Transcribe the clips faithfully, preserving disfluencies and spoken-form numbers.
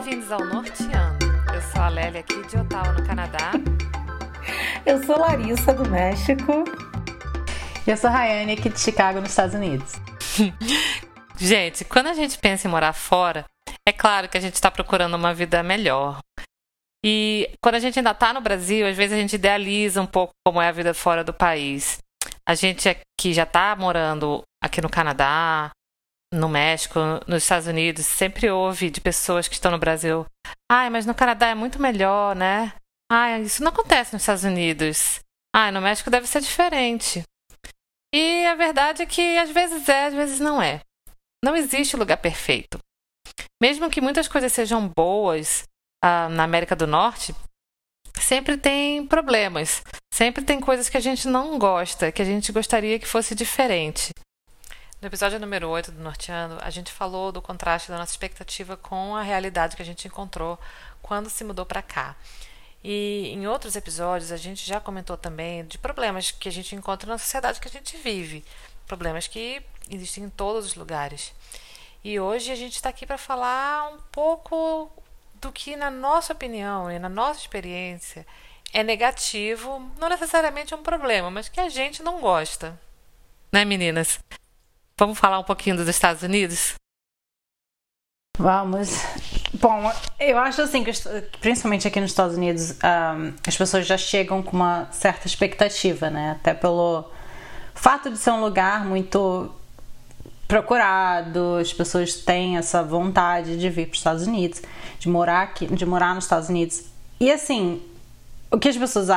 Bem-vindos ao Norteando. Eu sou a Lélia aqui de Ottawa, no Canadá. Eu sou Larissa, do México. E eu sou Rayane, aqui de Chicago, nos Estados Unidos. Gente, quando a gente pensa em morar fora, é claro que a gente está procurando uma vida melhor. E quando a gente ainda está no Brasil, às vezes a gente idealiza um pouco como é a vida fora do país. A gente que já está morando aqui no Canadá, no México, nos Estados Unidos, sempre ouve de pessoas que estão no Brasil: ai, mas no Canadá é muito melhor, né? Ai, isso não acontece nos Estados Unidos. Ai, no México deve ser diferente. E a verdade é que às vezes é, às vezes não é. Não existe lugar perfeito. Mesmo que muitas coisas sejam boas ah, na América do Norte, sempre tem problemas. Sempre tem coisas que a gente não gosta, que a gente gostaria que fosse diferente. No episódio número oito do Norteando, a gente falou do contraste da nossa expectativa com a realidade que a gente encontrou quando se mudou para cá. E em outros episódios a gente já comentou também de problemas que a gente encontra na sociedade que a gente vive. Problemas que existem em todos os lugares. E hoje a gente está aqui para falar um pouco do que, na nossa opinião e na nossa experiência, é negativo, não necessariamente é um problema, mas que a gente não gosta. Né, meninas? Vamos falar um pouquinho dos Estados Unidos? Vamos. Bom, eu acho assim que, principalmente aqui nos Estados Unidos, um, as pessoas já chegam com uma certa expectativa, né? Até pelo fato de ser um lugar muito procurado, as pessoas têm essa vontade de vir para os Estados Unidos, de morar aqui, de morar nos Estados Unidos. E assim, o que as pessoas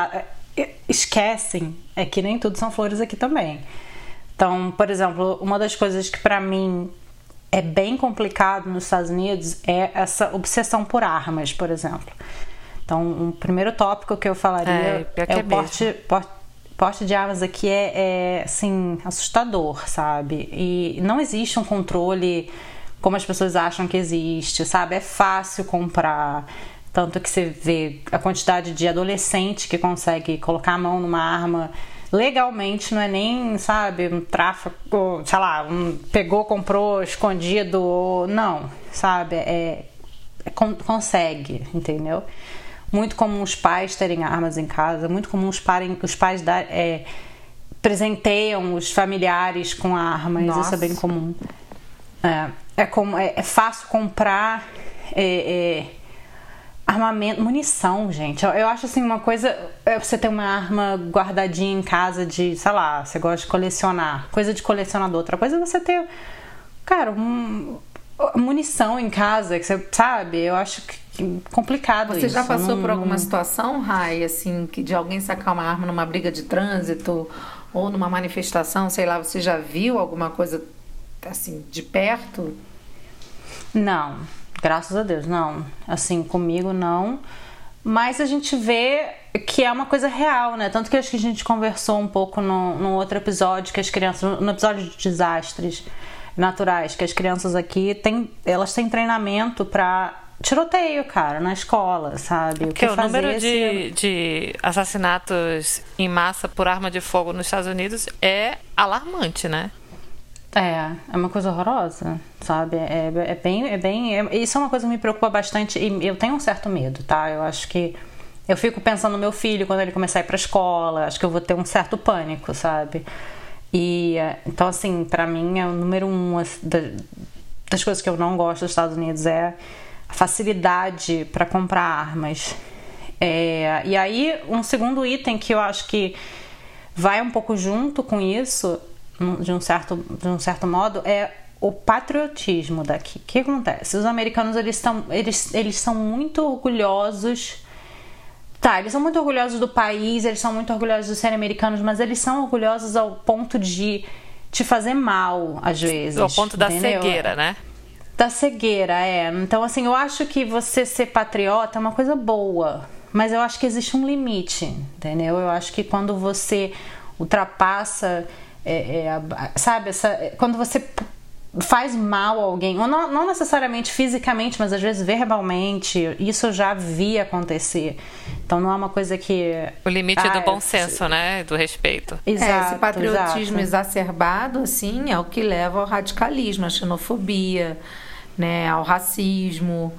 esquecem é que nem tudo são flores aqui também. Então, por exemplo, uma das coisas que para mim é bem complicado nos Estados Unidos é essa obsessão por armas, por exemplo. Então, um primeiro tópico que eu falaria é, é, é o porte, porte, porte de armas aqui é, é, assim, assustador, sabe? E não existe um controle como as pessoas acham que existe, sabe? É fácil comprar. Tanto que você vê a quantidade de adolescente que consegue colocar a mão numa arma legalmente, não é nem, sabe, um tráfico, sei lá, um pegou, comprou, escondido, não, sabe, é, é consegue, entendeu? Muito comum os pais terem armas em casa, muito comum os, parem, os pais dar, é, presenteiam os familiares com armas. Nossa. Isso é bem comum. É, é, como, é, é fácil comprar é, é, armamento, munição, gente. Eu, eu acho assim, uma coisa é você ter uma arma guardadinha em casa de, sei lá, você gosta de colecionar, coisa de colecionador. Outra coisa é você ter, cara, um, munição em casa, que você sabe, eu acho que complicado. Você isso. já passou não, por alguma não... situação, Rai, assim, que de alguém sacar uma arma numa briga de trânsito ou numa manifestação, sei lá, você já viu alguma coisa assim, de perto? Não. Graças a Deus, não. Assim, comigo não. Mas a gente vê que é uma coisa real, né? Tanto que acho que a gente conversou um pouco no, no outro episódio, que as crianças, no episódio de desastres naturais, que as crianças aqui têm, elas têm treinamento pra tiroteio, cara, na escola, sabe? Porque o, que o número de, se... de assassinatos em massa por arma de fogo nos Estados Unidos é alarmante, né? É, é uma coisa horrorosa, sabe? É, é bem, é bem. É, isso é uma coisa que me preocupa bastante e eu tenho um certo medo, tá? Eu acho que eu fico pensando no meu filho quando ele começar a ir pra escola, acho que eu vou ter um certo pânico, sabe? E então, assim, pra mim é o número um das coisas que eu não gosto dos Estados Unidos é a facilidade para comprar armas. É, e aí, um segundo item que eu acho que vai um pouco junto com isso, de um certo, de um certo modo, é o patriotismo daqui. O que acontece? Os americanos, eles, estão, eles, eles são muito orgulhosos. Tá, eles são muito orgulhosos do país, eles são muito orgulhosos de serem americanos, mas eles são orgulhosos ao ponto de te fazer mal, às vezes. Ao ponto da entendeu? cegueira, né? Da cegueira, é. Então, assim, eu acho que você ser patriota é uma coisa boa, mas eu acho que existe um limite, entendeu? Eu acho que quando você ultrapassa... É, é, sabe, essa, quando você faz mal a alguém, ou não, não necessariamente fisicamente, mas às vezes verbalmente, isso eu já vi acontecer. Então não é uma coisa que... O limite ah, do bom senso, né? Do respeito. Exato, é, esse patriotismo exato. exacerbado, assim, é o que leva ao radicalismo, à xenofobia, né, ao racismo.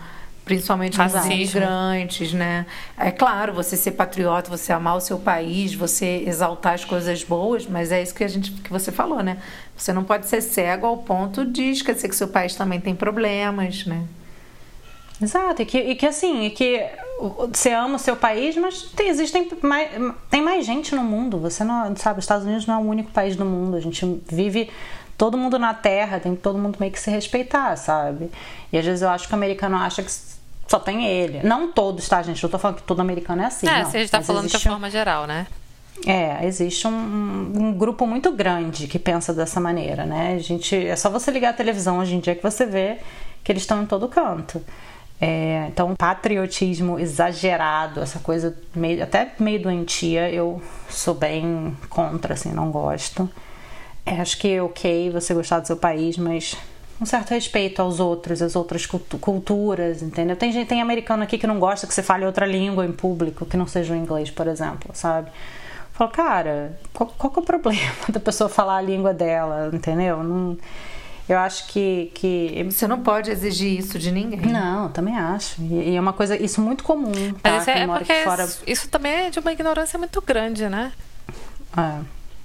principalmente nos Racismo. imigrantes, né? É claro, você ser patriota, você amar o seu país, você exaltar as coisas boas, mas é isso que a gente que você falou, né? Você não pode ser cego ao ponto de esquecer que seu país também tem problemas, né? Exato, e que, e que assim, e que você ama o seu país, mas tem, existem mais, tem mais gente no mundo. Você não sabe, os Estados Unidos não é o único país do mundo. A gente vive todo mundo na Terra, tem todo mundo meio que se respeitar, sabe? E às vezes eu acho que o americano acha que só tem ele. Não todos, tá, gente? Eu tô falando que todo americano é assim. É, não. se a gente tá Mas falando de existe um- forma geral, né? É, existe um, um grupo muito grande que pensa dessa maneira, né? A gente, é só você ligar a televisão hoje em dia que você vê que eles estão em todo canto. É, então, patriotismo exagerado, essa coisa meio, até meio doentia, eu sou bem contra, assim, não gosto. É, acho que é ok você gostar do seu país, mas um certo respeito aos outros, às outras cultu- culturas, entendeu? Tem gente, tem americano aqui que não gosta que você fale outra língua em público, que não seja o inglês, por exemplo, sabe? Eu falo, cara, qual, qual que é o problema da pessoa falar a língua dela, entendeu? Não, eu acho que, que... Você não pode exigir isso de ninguém. Não, também acho. E, e é uma coisa, isso muito comum, tá? Mas isso é, Quem é mora porque aqui fora... isso, isso também é de uma ignorância muito grande, né? É.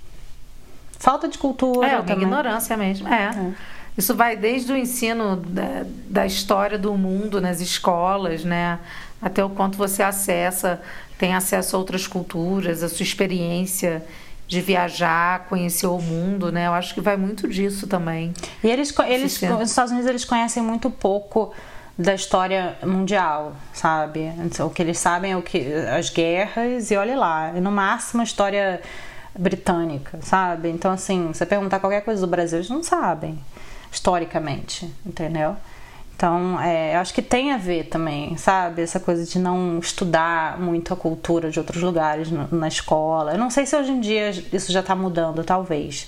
Falta de cultura É, uma também. ignorância mesmo. É. É. Isso vai desde o ensino da, da história do mundo nas escolas, né? Até o quanto você acessa, tem acesso a outras culturas, a sua experiência de viajar, conhecer o mundo, né? Eu acho que vai muito disso também. E eles, eles Sim. os Estados Unidos, eles conhecem muito pouco da história mundial, sabe? O que eles sabem é o que as guerras e olha lá, e no máximo a história britânica, sabe? Então assim, você perguntar qualquer coisa do Brasil, eles não sabem historicamente, entendeu? Então, é, eu acho que tem a ver também, sabe? Essa coisa de não estudar muito a cultura de outros lugares na, na escola. Eu não sei se hoje em dia isso já está mudando, talvez.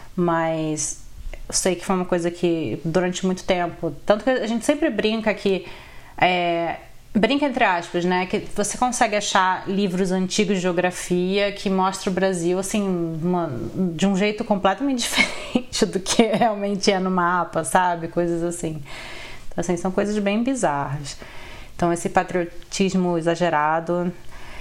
Mas eu sei que foi uma coisa que, durante muito tempo... Tanto que a gente sempre brinca que... É, brinca entre aspas, né? Que você consegue achar livros antigos de geografia que mostram o Brasil, assim, uma, de um jeito completamente diferente do que realmente é no mapa, sabe? Coisas assim. Então, assim, são coisas bem bizarras. Então, esse patriotismo exagerado...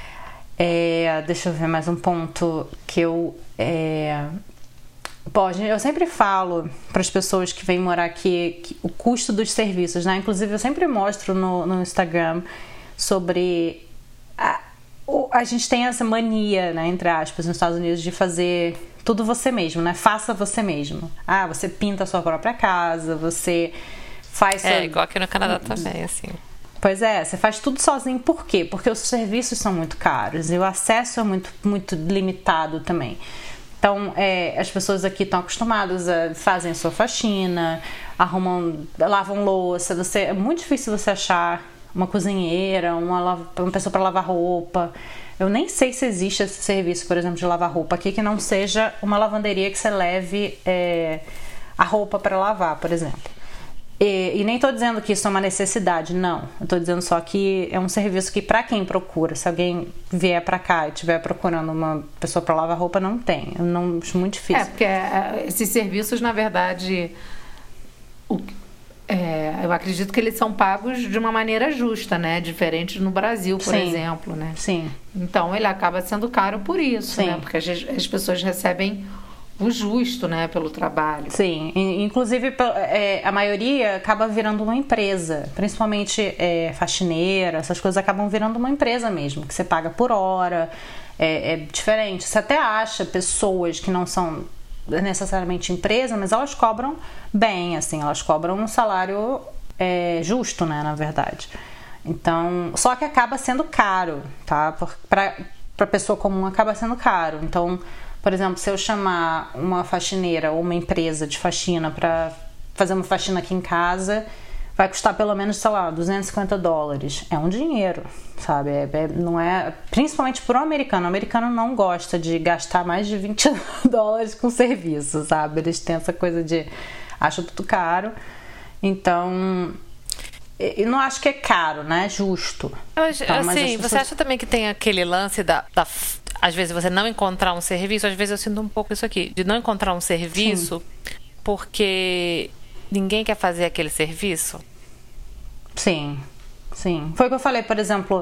É, deixa eu ver mais um ponto que eu... É, bom, eu sempre falo para as pessoas que vêm morar aqui que o custo dos serviços, né? Inclusive, eu sempre mostro no, no Instagram sobre... A, a gente tem essa mania, né, entre aspas, nos Estados Unidos, de fazer tudo você mesmo, né? Faça você mesmo. Ah, você pinta a sua própria casa, você... Faz É, sua... igual aqui no Canadá também, assim. Pois é, você faz tudo sozinho. Por quê? Porque os serviços são muito caros e o acesso é muito, muito limitado também. Então, é, as pessoas aqui estão acostumadas a fazem a sua faxina, arrumam, lavam louça. Você, é muito difícil você achar uma cozinheira, uma, uma pessoa para lavar roupa. Eu nem sei se existe esse serviço, por exemplo, de lavar roupa aqui que não seja uma lavanderia que você leve é, a roupa para lavar, por exemplo. E, e nem estou dizendo que isso é uma necessidade, não. Eu estou dizendo só que é um serviço que, para quem procura, se alguém vier para cá e estiver procurando uma pessoa para lavar roupa, não tem. Eu não acho muito difícil. É, porque é, esses serviços, na verdade, o, é, eu acredito que eles são pagos de uma maneira justa, né? Diferente no Brasil, por Sim. exemplo, né? Sim. Então, ele acaba sendo caro por isso, Sim. né? Porque as, as pessoas recebem o justo, né, pelo trabalho. Sim, inclusive é, a maioria acaba virando uma empresa, principalmente é, faxineira, essas coisas acabam virando uma empresa mesmo, que você paga por hora, é, é diferente. Você até acha pessoas que não são necessariamente empresa, mas elas cobram bem, assim, elas cobram um salário é, justo, né, na verdade. Então, só que acaba sendo caro, tá? Para a pessoa comum acaba sendo caro. Então, por exemplo, se eu chamar uma faxineira ou uma empresa de faxina para fazer uma faxina aqui em casa, vai custar pelo menos, sei lá, duzentos e cinquenta dólares. É um dinheiro, sabe? É, é, não é, principalmente para o americano. O americano não gosta de gastar mais de vinte dólares com serviço, sabe? Eles têm essa coisa de... acham tudo caro. Então... eu não acho que é caro, né? É justo. Mas, então, mas assim, pessoas... você acha também que tem aquele lance da, da... às vezes você não encontrar um serviço, às vezes eu sinto um pouco isso aqui, de não encontrar um serviço Sim. porque ninguém quer fazer aquele serviço? Sim, sim. Foi o que eu falei, por exemplo,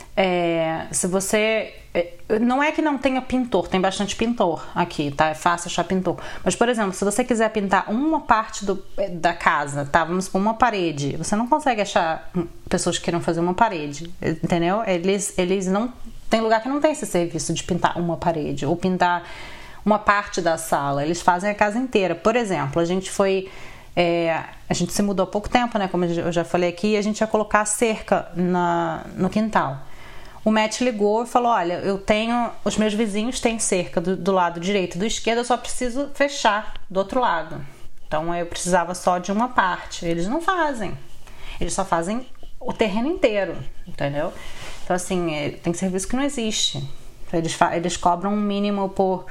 é, se você... Não é que não tenha pintor, tem bastante pintor aqui, tá? É fácil achar pintor. Mas, por exemplo, se você quiser pintar uma parte do, da casa, tá? Vamos supor, uma parede. Você não consegue achar pessoas que queiram fazer uma parede, entendeu? Eles, eles não... Tem lugar que não tem esse serviço de pintar uma parede ou pintar uma parte da sala. Eles fazem a casa inteira. Por exemplo, a gente foi... É, a gente se mudou há pouco tempo, né? Como eu já falei aqui, a gente ia colocar cerca na, no quintal. O Matt ligou e falou: olha, eu tenho... Os meus vizinhos têm cerca do, do lado direito e do esquerdo, eu só preciso fechar do outro lado. Então eu precisava só de uma parte. Eles não fazem. Eles só fazem o terreno inteiro, entendeu? Então, assim, é, tem serviço que não existe. Eles, fa- eles cobram um mínimo por,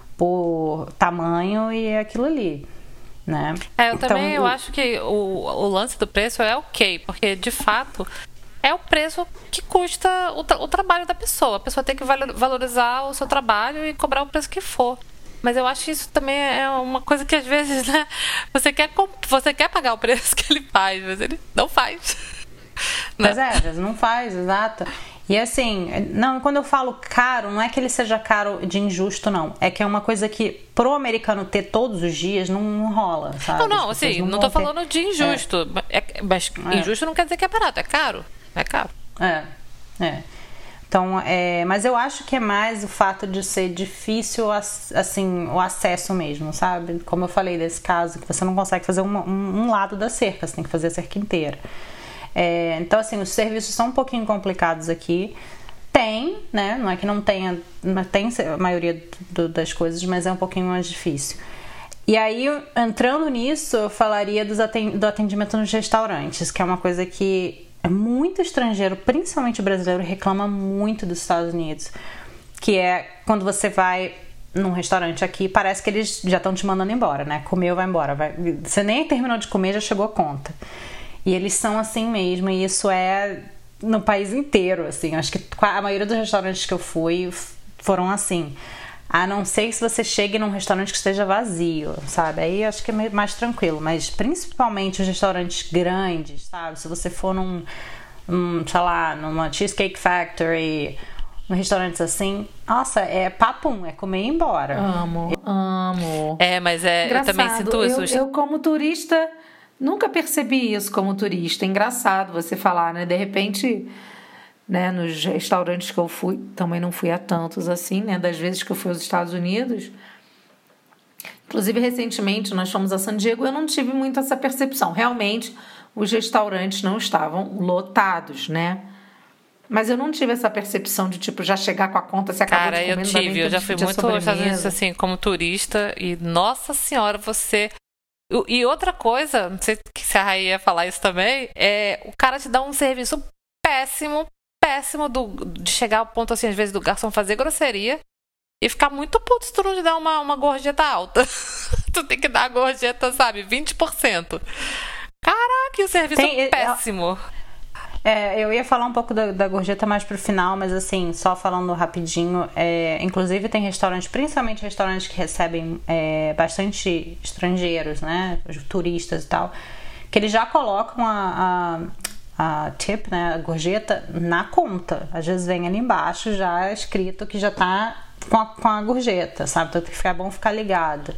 por tamanho e é aquilo ali, né? É, eu então, também eu acho que o, o lance do preço é ok, porque de fato é o preço que custa o, tra- o trabalho da pessoa. A pessoa tem que valo- valorizar o seu trabalho e cobrar o preço que for. Mas eu acho que isso também é uma coisa que às vezes, né, você quer, comp- você quer pagar o preço que ele faz, mas ele não faz. Mas é, às vezes não faz, exato. E assim, não, quando eu falo caro, não é que ele seja caro de injusto, não. É que é uma coisa que pro americano ter todos os dias não, não rola, sabe? Não, não, assim, não, não tô falando ter... de injusto. É. É, mas é. Injusto não quer dizer que é barato, é caro. É caro. É, é. Então, é, mas eu acho que é mais o fato de ser difícil, assim, o acesso mesmo, sabe? Como eu falei desse caso, que você não consegue fazer uma, um, um lado da cerca, você tem que fazer a cerca inteira. É, então, assim, os serviços são um pouquinho complicados aqui. Tem, né? Não é que não tenha, tem a maioria do, das coisas, mas é um pouquinho mais difícil. E aí, entrando nisso, eu falaria dos atend- do atendimento nos restaurantes, que é uma coisa que é muito estrangeiro, principalmente o brasileiro, reclama muito dos Estados Unidos, que é quando você vai num restaurante aqui, parece que eles já estão te mandando embora, né? Comeu, vai embora. Vai... Você nem terminou de comer, já chegou a conta. E eles são assim mesmo, e isso é no país inteiro, assim. Acho que a maioria dos restaurantes que eu fui foram assim. A não ser que se você chegue num restaurante que esteja vazio, sabe? Aí acho que é mais tranquilo. Mas principalmente os restaurantes grandes, sabe? Se você for num, um, sei lá, numa Cheesecake Factory, num restaurantes assim, nossa, é papum, é comer e ir embora. Amo, amo. É, mas é, eu também sinto isso. Eu, eu como turista, nunca percebi isso como turista. Engraçado você falar, né? De repente... Né, nos restaurantes que eu fui, também não fui a tantos assim, né, das vezes que eu fui aos Estados Unidos. Inclusive, recentemente, nós fomos a San Diego e eu não tive muito essa percepção. Realmente, os restaurantes não estavam lotados, né? Mas eu não tive essa percepção de, tipo, já chegar com a conta, se acabou Cara, de comer, eu tive, eu já fui muito aos Estados Unidos, assim, como turista, e, nossa senhora, você... E outra coisa, não sei se a Raí ia falar isso também, é o cara te dá um serviço péssimo, péssimo do, de chegar ao ponto, assim, às vezes, do garçom fazer grosseria e ficar muito puto se tu não te dá uma, uma gorjeta alta. Tu tem que dar a gorjeta, sabe, vinte por cento. Caraca, o serviço tem, é péssimo. É, eu ia falar um pouco da, da gorjeta mais pro final, mas assim, só falando rapidinho, é, inclusive tem restaurantes, principalmente restaurantes que recebem é, bastante estrangeiros, né, turistas e tal, que eles já colocam a... a a tip, né, a gorjeta na conta. Às vezes vem ali embaixo já escrito que já tá com a, com a gorjeta, sabe? Então tem que ficar bom ficar ligado.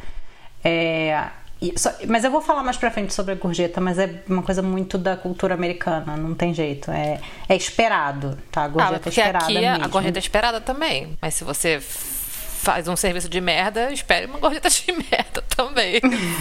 É, só, mas eu vou falar mais pra frente sobre a gorjeta, mas é uma coisa muito da cultura americana, não tem jeito. É, é esperado, tá? A gorjeta ah, é esperada aqui mesmo. A gorjeta é esperada também, mas se você faz um serviço de merda, espere uma gorjeta de merda também.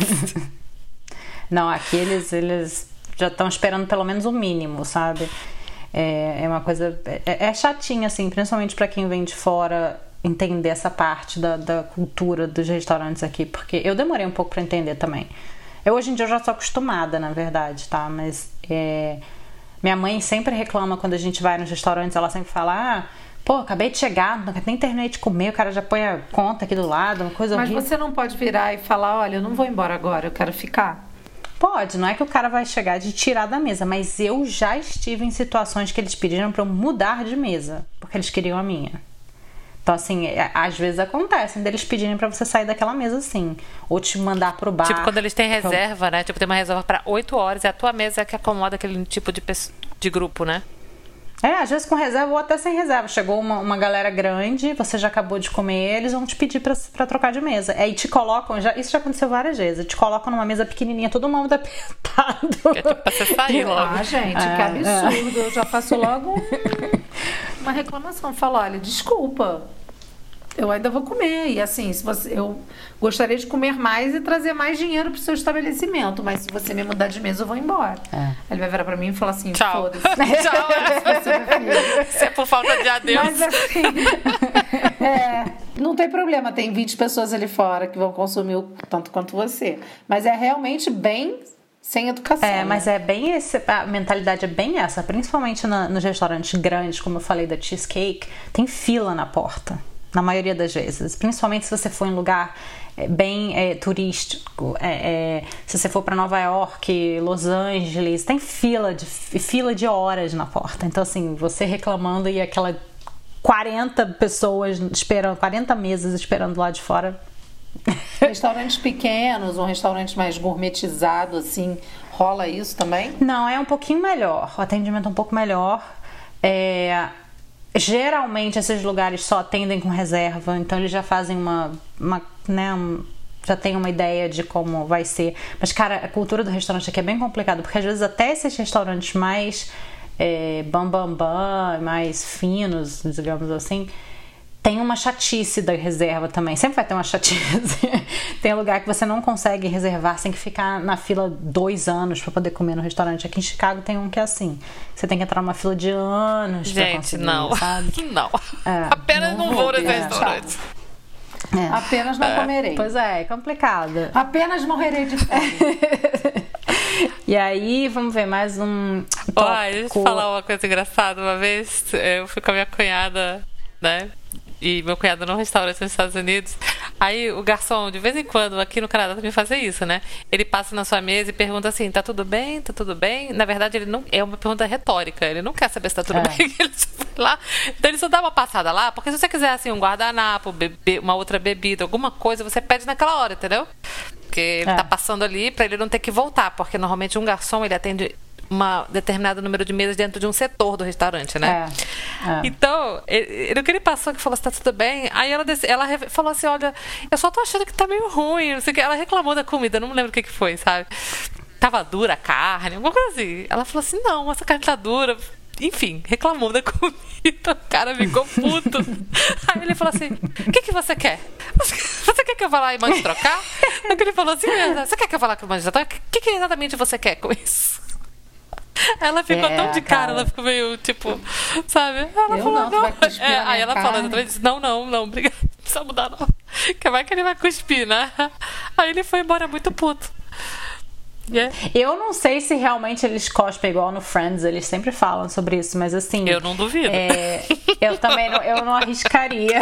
Não, aqui eles... eles já estão esperando pelo menos o mínimo, sabe? É, é uma coisa... É, é chatinho, assim, principalmente para quem vem de fora entender essa parte da, da cultura dos restaurantes aqui, porque eu demorei um pouco para entender também. Eu, hoje em dia, eu já sou acostumada, na verdade, tá? Mas é, minha mãe sempre reclama quando a gente vai nos restaurantes, ela sempre fala... Ah, pô, acabei de chegar, nem terminei de comer, o cara já põe a conta aqui do lado, uma coisa Mas horrível. Você não pode virar e falar, olha, eu não vou embora agora, eu quero ficar. Pode, não é que o cara vai chegar de tirar da mesa, mas eu já estive em situações que eles pediram pra eu mudar de mesa, porque eles queriam a minha. Então, assim, às vezes acontece deles pedirem pra você sair daquela mesa, assim, ou te mandar pro bar. Tipo, quando eles têm reserva, né? Tipo, tem uma reserva pra oito horas e a tua mesa é que acomoda aquele tipo de, de grupo, né? É, às vezes com reserva ou até sem reserva. Chegou uma, uma galera grande, você já acabou de comer, eles vão te pedir pra, pra trocar de mesa. Aí te colocam, já, isso já aconteceu várias vezes, te colocam numa mesa pequenininha, todo mundo apertado. É tipo pra você sair logo. Ah, gente, é, que absurdo. É. Eu já faço logo um, uma reclamação. Falo, olha, desculpa, eu ainda vou comer. E assim, se você, eu gostaria de comer mais e trazer mais dinheiro pro seu estabelecimento, mas se você me mudar de mesa, eu vou embora. É. Aí ele vai virar pra mim e falar assim, tchau. Foda-se. Tchau. Se é por falta de adeus. Mas assim, é, não tem problema, tem vinte pessoas ali fora que vão consumir o tanto quanto você. Mas é realmente bem sem educação. É, né? mas é bem esse, a mentalidade é bem essa, principalmente na, nos restaurantes grandes, como eu falei da Cheesecake, tem fila na porta. Na maioria das vezes, principalmente se você for em lugar é, bem é, turístico, é, é, se você for para Nova York, Los Angeles, tem fila de, fila de horas na porta. Então, assim, você reclamando e aquela quarenta pessoas esperando, quarenta mesas esperando lá de fora. Restaurantes pequenos, um restaurante mais gourmetizado, assim, rola isso também? Não, é um pouquinho melhor, o atendimento é um pouco melhor. É... Geralmente esses lugares só atendem com reserva, então eles já fazem uma, uma né, um, já tem uma ideia de como vai ser. Mas, cara, a cultura do restaurante aqui é bem complicada, porque às vezes até esses restaurantes mais é, bam, bam, bam, mais finos, digamos assim, tem uma chatice da reserva também. Sempre vai ter uma chatice. Tem lugar que você não consegue reservar, você tem que ficar na fila dois anos para poder comer no restaurante. Aqui em Chicago tem um que é assim. Você tem que entrar numa fila de anos para conseguir, não. sabe? Não. É, Apenas não, não vou nesse é, restaurante. É. Apenas não é. comerei. Pois é, é complicado. Apenas morrerei de fome. E aí, vamos ver mais um tópico. Olha, deixa eu te falar uma coisa engraçada. Uma vez eu fui com a minha cunhada, né? E meu cunhado num restaurante nos Estados Unidos. Aí o garçom, de vez em quando, aqui no Canadá também faz isso, né? Ele passa na sua mesa e pergunta assim, tá tudo bem? Tá tudo bem? Na verdade, ele não é uma pergunta retórica. Ele não quer saber se tá tudo é. bem. Ele só foi lá. Então ele só dá uma passada lá, porque se você quiser assim, um guardanapo, bebe, uma outra bebida, alguma coisa, você pede naquela hora, entendeu? Porque ele é. tá passando ali pra ele não ter que voltar. Porque normalmente um garçom, ele atende um determinado número de mesas dentro de um setor do restaurante, né? É, é. Então, ele, o que ele passou, que falou, tá tudo bem? Aí ela, desse, ela falou assim, olha, eu só tô achando que tá meio ruim, não sei o que. Ela reclamou da comida, não me lembro o que que foi, sabe? Tava dura a carne, alguma coisa assim. Ela falou assim, não, essa carne tá dura. Enfim, reclamou da comida, o cara ficou puto. Aí ele falou assim, o que que você quer? Você quer que eu vá lá e mande trocar? Aí ele falou assim, você quer que eu vá lá e mande trocar? O que que exatamente você quer com isso? Ela ficou é, tão de cara, cara, ela ficou meio, tipo, sabe? Ela eu falou, não, tu vai cuspir é, na aí ela cara. falou, disse, não, não, não, obrigada, não precisa mudar não. Que vai que ele vai cuspir, né? Aí ele foi embora muito puto. Yeah. Eu não sei se realmente eles cospem igual no Friends, eles sempre falam sobre isso, mas assim... Eu não duvido. É, eu também não, eu não arriscaria.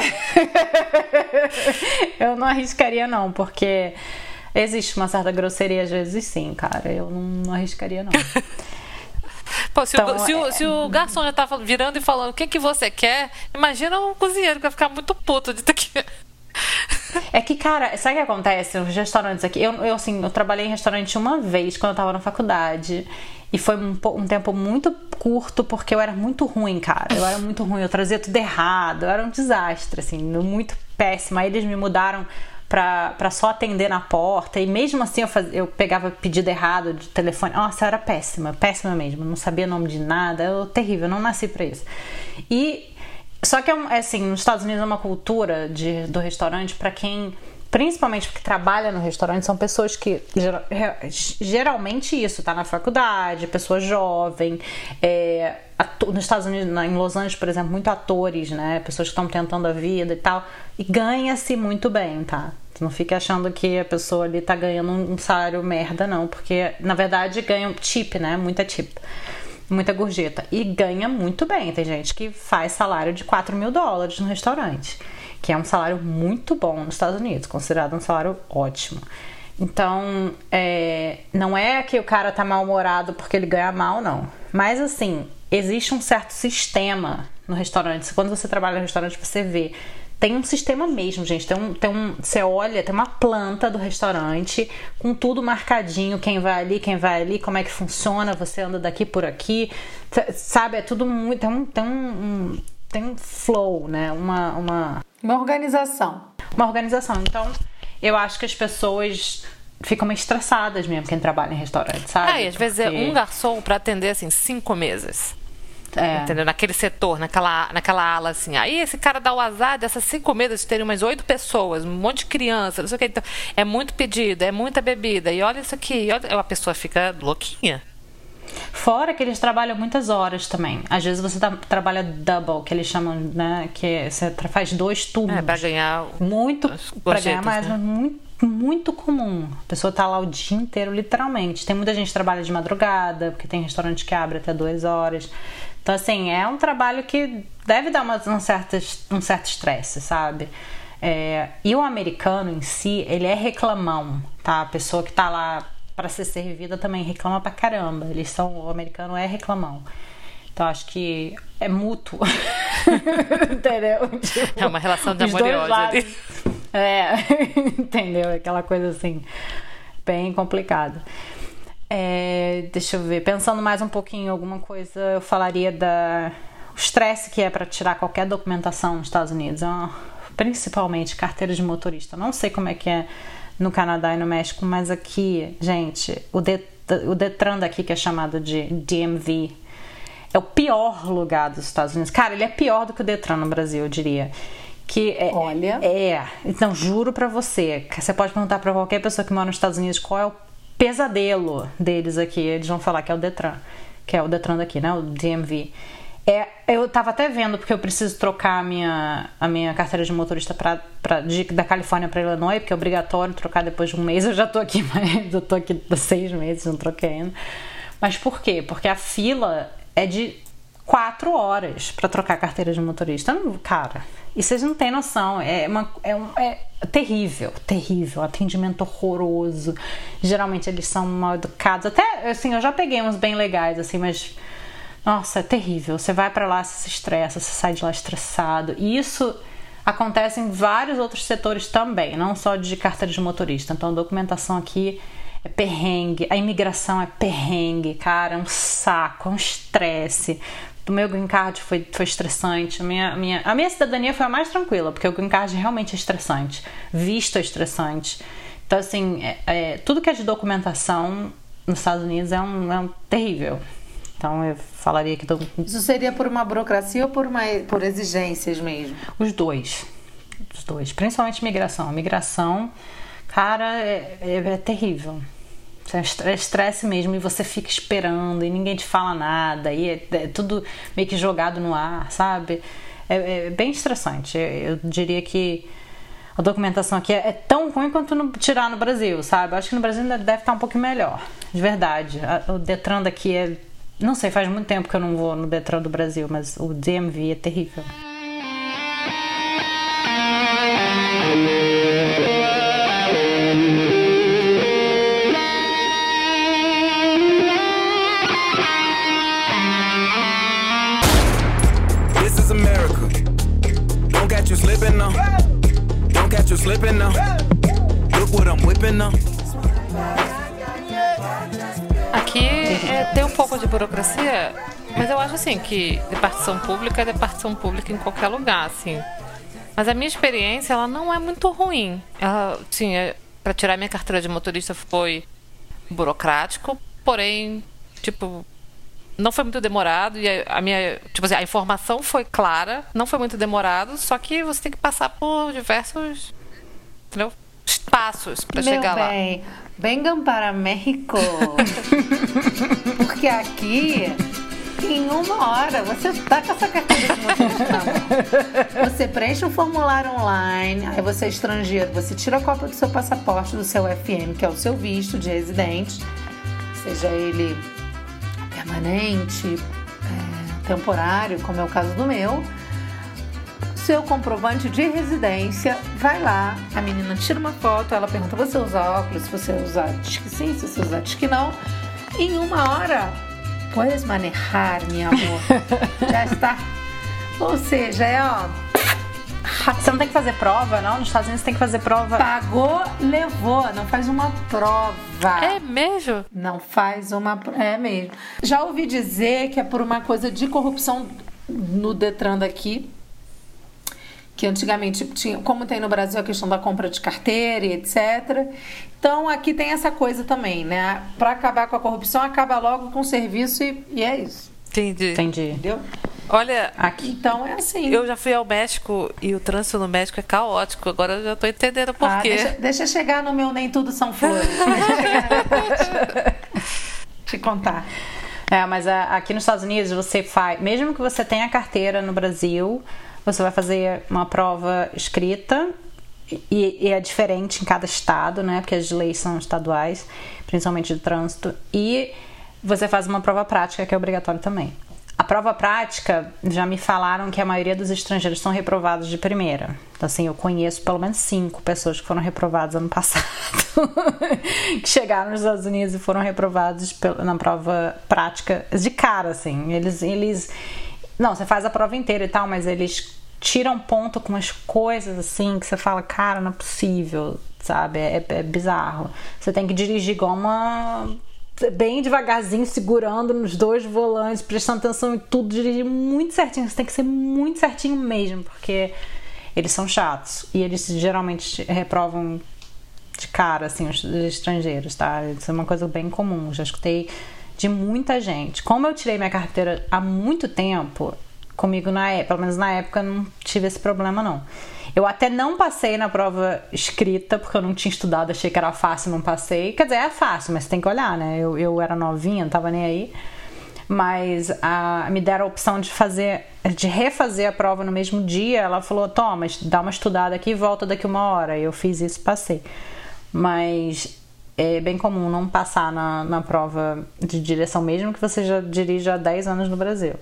Eu não arriscaria não, porque existe uma certa grosseria às vezes sim, cara. Eu não, não arriscaria não. Pô, se, então, o, se, é... o, se o garçom já tá virando e falando o que que você quer, imagina um cozinheiro que vai ficar muito puto de ter que... É que, cara, sabe o que acontece nos restaurantes aqui? Eu, eu, assim, eu trabalhei em restaurante uma vez quando eu tava na faculdade. E foi um, um tempo muito curto, porque eu era muito ruim, cara. Eu era muito ruim, eu trazia tudo errado. Eu era um desastre, assim, muito péssima. Aí eles me mudaram pra, pra só atender na porta. E mesmo assim eu, faz, eu pegava pedido errado de telefone. Nossa, eu era péssima, péssima mesmo. Não sabia nome de nada. Eu, terrível, eu não nasci pra isso. E... Só que, é assim, nos Estados Unidos é uma cultura de, do restaurante para quem, principalmente porque trabalha no restaurante, são pessoas que, geralmente isso, tá na faculdade, pessoa jovem, é, ator, nos Estados Unidos, em Los Angeles, por exemplo, muito atores, né, pessoas que estão tentando a vida e tal, e ganha-se muito bem, tá? Não fique achando que a pessoa ali tá ganhando um salário merda, não, porque, na verdade, ganha tip, né, muita tip. Muita gorjeta. E ganha muito bem. Tem gente que faz salário de quatro mil dólares no restaurante, que é um salário muito bom nos Estados Unidos, considerado um salário ótimo. Então, é, não é que o cara tá mal-humorado porque ele ganha mal, não. Mas, assim, existe um certo sistema no restaurante. Quando você trabalha no restaurante, você vê. tem um sistema mesmo, gente. Tem um, tem um, você olha, tem uma planta do restaurante com tudo marcadinho, quem vai ali, quem vai ali, como é que funciona, você anda daqui por aqui, sabe? É tudo muito, tem um, tem um, um tem um flow, né? Uma, uma uma organização. Uma organização. Então, eu acho que as pessoas ficam meio estressadas mesmo, quem trabalha em restaurante, sabe? Ah, e às vezes é um garçom para atender assim cinco mesas. É. Entendeu? Naquele setor, naquela, naquela ala, assim. Aí esse cara dá o azar dessas cinco mesas de terem umas oito pessoas, um monte de criança, não sei o que. Então, é muito pedido, é muita bebida. E olha isso aqui, olha, a pessoa fica louquinha. Fora que eles trabalham muitas horas também. Às vezes você tá, trabalha double, que eles chamam, né? Que você faz dois turnos. É, pra ganhar. Muito, pra ganhar mais, né? muito. Muito comum. A pessoa tá lá o dia inteiro, literalmente. Tem muita gente que trabalha de madrugada, porque tem restaurante que abre até duas horas. Então, assim, é um trabalho que deve dar uma, um certo um certo estresse, sabe? É, e o americano em si, ele é reclamão, tá? A pessoa que tá lá para ser servida também reclama pra caramba. Eles são, o americano é reclamão. Então, acho que é mútuo. Entendeu? Tipo, é uma relação de amor e ódio ali. É, entendeu? Aquela coisa assim, bem complicada. É, deixa eu ver, pensando mais um pouquinho em alguma coisa, eu falaria da o estresse que é para tirar qualquer documentação nos Estados Unidos, é uma, principalmente carteira de motorista. Não sei como é que é no Canadá e no México, mas aqui, gente, o, Det, o Detran daqui, que é chamado de D M V, é o pior lugar dos Estados Unidos. Cara, ele é pior do que o Detran no Brasil, eu diria. Que é, Olha. É, então juro pra você, você pode perguntar pra qualquer pessoa que mora nos Estados Unidos qual é o pesadelo deles aqui, eles vão falar que é o Detran, que é o Detran daqui, né, o D M V. É, eu tava até vendo, porque eu preciso trocar a minha, a minha carteira de motorista pra, pra, de, da Califórnia pra Illinois, porque é obrigatório trocar depois de um mês. Eu já tô aqui, mas eu tô aqui há seis meses, não troquei ainda. Mas por quê? Porque a fila é de quatro horas pra trocar a carteira de motorista. Cara, e vocês não têm noção, é, uma, é, um, é terrível, terrível, atendimento horroroso. Geralmente eles são mal educados, até assim, eu já peguei uns bem legais, assim, mas nossa, é terrível. Você vai pra lá, você se estressa, você sai de lá estressado. E isso acontece em vários outros setores também, não só de carteira de motorista. Então a documentação aqui é perrengue, a imigração é perrengue, cara, é um saco, é um estresse. O meu green card foi, foi estressante. A minha, minha, a minha cidadania foi a mais tranquila, porque o green card realmente é estressante. Visto é estressante. Então, assim, é, é, tudo que é de documentação nos Estados Unidos é um, é um terrível. Então, eu falaria que... Tô... Isso seria por uma burocracia ou por, uma, por exigências mesmo? Os dois. Os dois. Principalmente migração. A migração, cara, é, é, é terrível. É estresse mesmo, e você fica esperando e ninguém te fala nada, e é, é tudo meio que jogado no ar, sabe? É, é bem estressante. Eu, eu diria que a documentação aqui é, é tão ruim quanto no, tirar no Brasil, sabe? Eu acho que no Brasil ainda deve estar um pouco melhor, de verdade. A, o Detran daqui é... Não sei, faz muito tempo que eu não vou no Detran do Brasil, mas o D M V é terrível. Slipping now. Don't catch you slipping now. Look what I'm whipping now. Aqui é, tem um pouco de burocracia, mas eu acho assim que repartição pública é repartição pública em qualquer lugar, assim. Mas a minha experiência, ela não é muito ruim. Ela, assim, é, para tirar minha carteira de motorista foi burocrático, porém, tipo, não foi muito demorado, e a minha, tipo assim, a informação foi clara, não foi muito demorado, só que você tem que passar por diversos, entendeu? Passos para chegar lá. Meu bem, venham para México. Porque aqui, em uma hora, você tá com essa carteira de motorista na mão. Você preenche um formulário online, aí você é estrangeiro, você tira a cópia do seu passaporte, do seu F M, que é o seu visto de residente, seja ele permanente, é, temporário, como é o caso do meu. Seu comprovante de residência, vai lá, a menina tira uma foto, ela pergunta: você usa óculos? Se você usar, diz que sim, se você usar, diz que não. Em uma hora, puedes manejar, meu amor. Já está. Ou seja, é ó, Você não tem que fazer prova, não? Nos Estados Unidos você tem que fazer prova. Pagou, levou. Não faz uma prova. É mesmo? Não faz uma... É mesmo. Já ouvi dizer que é por uma coisa de corrupção no Detran daqui. Que antigamente tinha... Como tem no Brasil a questão da compra de carteira e etcétera. Então aqui tem essa coisa também, né? Para acabar com a corrupção, acaba logo com o serviço e, e é isso. Entendi. Entendi. Entendeu? Olha, Aqui. Então é assim. eu já fui ao México e o trânsito no México é caótico. Agora eu já tô entendendo por Ah, quê. deixa, deixa chegar no meu Nem Tudo São Flores. Te contar. É, mas a, aqui nos Estados Unidos você faz, mesmo que você tenha carteira no Brasil, você vai fazer uma prova escrita e, e é diferente em cada estado, né? Porque as leis são estaduais, principalmente de trânsito, e você faz uma prova prática que é obrigatória também. A prova prática, já me falaram que a maioria dos estrangeiros são reprovados de primeira. Então, assim, eu conheço pelo menos cinco pessoas que foram reprovadas ano passado. Que chegaram nos Estados Unidos e foram reprovados na prova prática de cara, assim. Eles, eles... Não, você faz a prova inteira e tal, mas eles tiram ponto com umas coisas, assim, que você fala, cara, não é possível, sabe? É, é bizarro. Você tem que dirigir igual uma... bem devagarzinho, segurando nos dois volantes, prestando atenção em tudo, dirigir muito certinho. Você tem que ser muito certinho mesmo, porque eles são chatos e eles geralmente reprovam de cara, assim, os estrangeiros, tá? Isso é uma coisa bem comum, já escutei de muita gente. Como eu tirei minha carteira há muito tempo, comigo na época, pelo menos na época, não tive esse problema, não. Eu até não passei na prova escrita, porque eu não tinha estudado, achei que era fácil, não passei. Quer dizer, é fácil, mas tem que olhar, né? Eu, eu era novinha, não tava nem aí. Mas a, me deram a opção de fazer, de refazer a prova no mesmo dia. Ela falou, toma, dá uma estudada aqui e volta daqui uma hora. Eu fiz isso e passei. Mas é bem comum não passar na, na prova de direção, mesmo que você já dirija há dez anos no Brasil.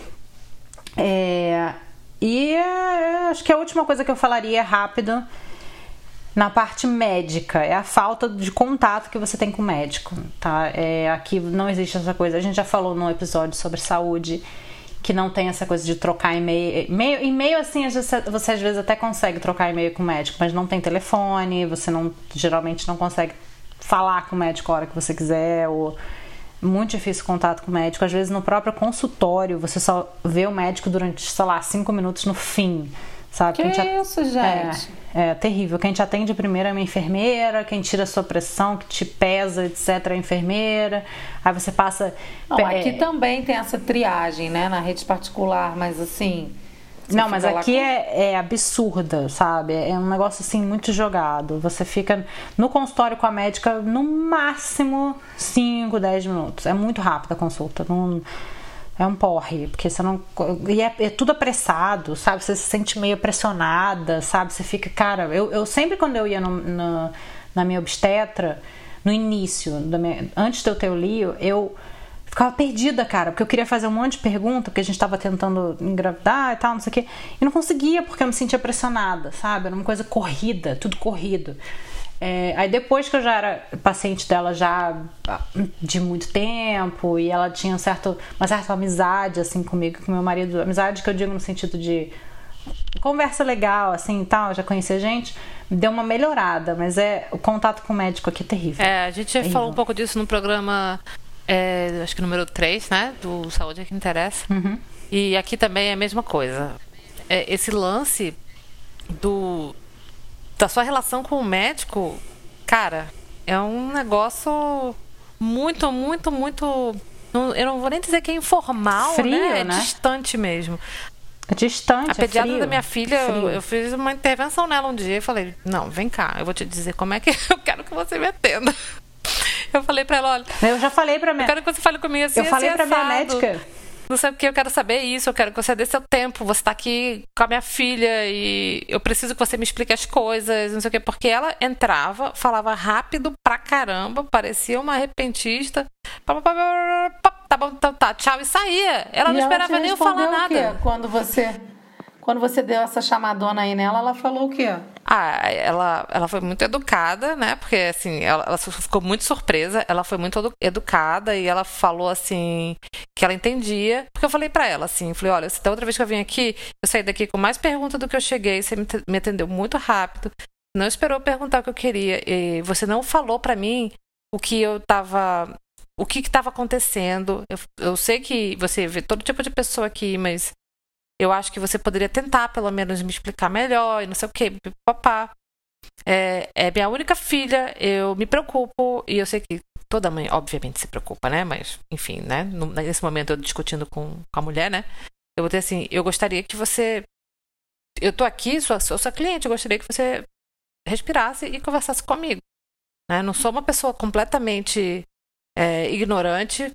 É... E é, acho que a última coisa que eu falaria é rápido na parte médica, é a falta de contato que você tem com o médico, tá? É, aqui não existe essa coisa, a gente já falou no episódio sobre saúde, que não tem essa coisa de trocar e-mail, e-mail, e-mail assim, você às vezes até consegue trocar e-mail com o médico, mas não tem telefone, você não, geralmente não consegue falar com o médico a hora que você quiser, ou... Muito difícil o contato com o médico. Às vezes no próprio consultório você só vê o médico durante, sei lá, cinco minutos no fim, sabe? Que quem isso, gente? É, é terrível. Quem te atende primeiro é uma enfermeira, quem tira a sua pressão, que te pesa, etcétera, é a enfermeira. Aí você passa... Não, aqui é... também tem essa triagem, né? Na rede particular, mas assim... Não, mas aqui com... é, é absurda, sabe? É um negócio assim muito jogado. Você fica no consultório com a médica no máximo cinco, dez minutos. É muito rápida a consulta. Não, é um porre, porque você não. E é, é tudo apressado, sabe? Você se sente meio pressionada, sabe? Você fica, cara, eu, eu sempre quando eu ia no, no, na minha obstetra, no início, da minha, antes de eu ter o Leo, eu. Ficava perdida, cara, porque eu queria fazer um monte de pergunta, porque a gente tava tentando engravidar e tal, não sei o quê. E não conseguia, porque eu me sentia pressionada, sabe? Era uma coisa corrida, tudo corrido. É, aí depois que eu já era paciente dela já de muito tempo, e ela tinha um certo, uma certa amizade, assim, comigo, com meu marido. Amizade que eu digo no sentido de conversa legal, assim, e tal, já conhecia gente, deu uma melhorada, mas é, o contato com o médico aqui é terrível. É, a gente já falou um pouco disso no programa... É, acho que número três, né? Do Saúde é que interessa. Uhum. E aqui também é a mesma coisa. É, esse lance do da sua relação com o médico, cara, é um negócio muito, muito, muito... Não, eu não vou nem dizer que é informal, frio, né? É né? distante mesmo. É distante, A pediatra é frio, da minha filha, eu, frio. eu fiz uma intervenção nela um dia e falei, não, vem cá, eu vou te dizer como é que eu quero que você me atenda. Eu falei pra ela, olha... Eu já falei pra minha... Eu quero que você fale comigo assim, Eu falei assim, pra minha assado. médica... Não sei o que, eu quero saber isso, eu quero que você dê seu tempo, você tá aqui com a minha filha e eu preciso que você me explique as coisas, não sei o que, porque ela entrava, falava rápido pra caramba, parecia uma repentista, tá bom, tá, tá, tchau, e saía. Ela não e esperava ela te nem eu falar respondeu o quê? nada. Quando você... quando você deu essa chamadona aí nela, ela falou o quê? Ah, ela, ela foi muito educada, né? Porque, assim, ela, ela ficou muito surpresa. Ela foi muito edu- educada e ela falou, assim, que ela entendia. Porque eu falei pra ela, assim, falei, olha, da outra vez que eu vim aqui, eu saí daqui com mais perguntas do que eu cheguei. Você me, te- me atendeu muito rápido. Não esperou perguntar o que eu queria. E você não falou pra mim o que eu tava... O que que tava acontecendo. Eu, eu sei que você vê todo tipo de pessoa aqui, mas... Eu acho que você poderia tentar, pelo menos, me explicar melhor e não sei o quê, papá. É, é minha única filha, eu me preocupo, e eu sei que toda mãe, obviamente, se preocupa, né? Mas, enfim, né? Nesse momento, eu discutindo com, com a mulher, né? Eu vou ter assim, eu gostaria que você... Eu tô aqui, sou, sou sua cliente, eu gostaria que você respirasse e conversasse comigo. Né? Não sou uma pessoa completamente é, ignorante,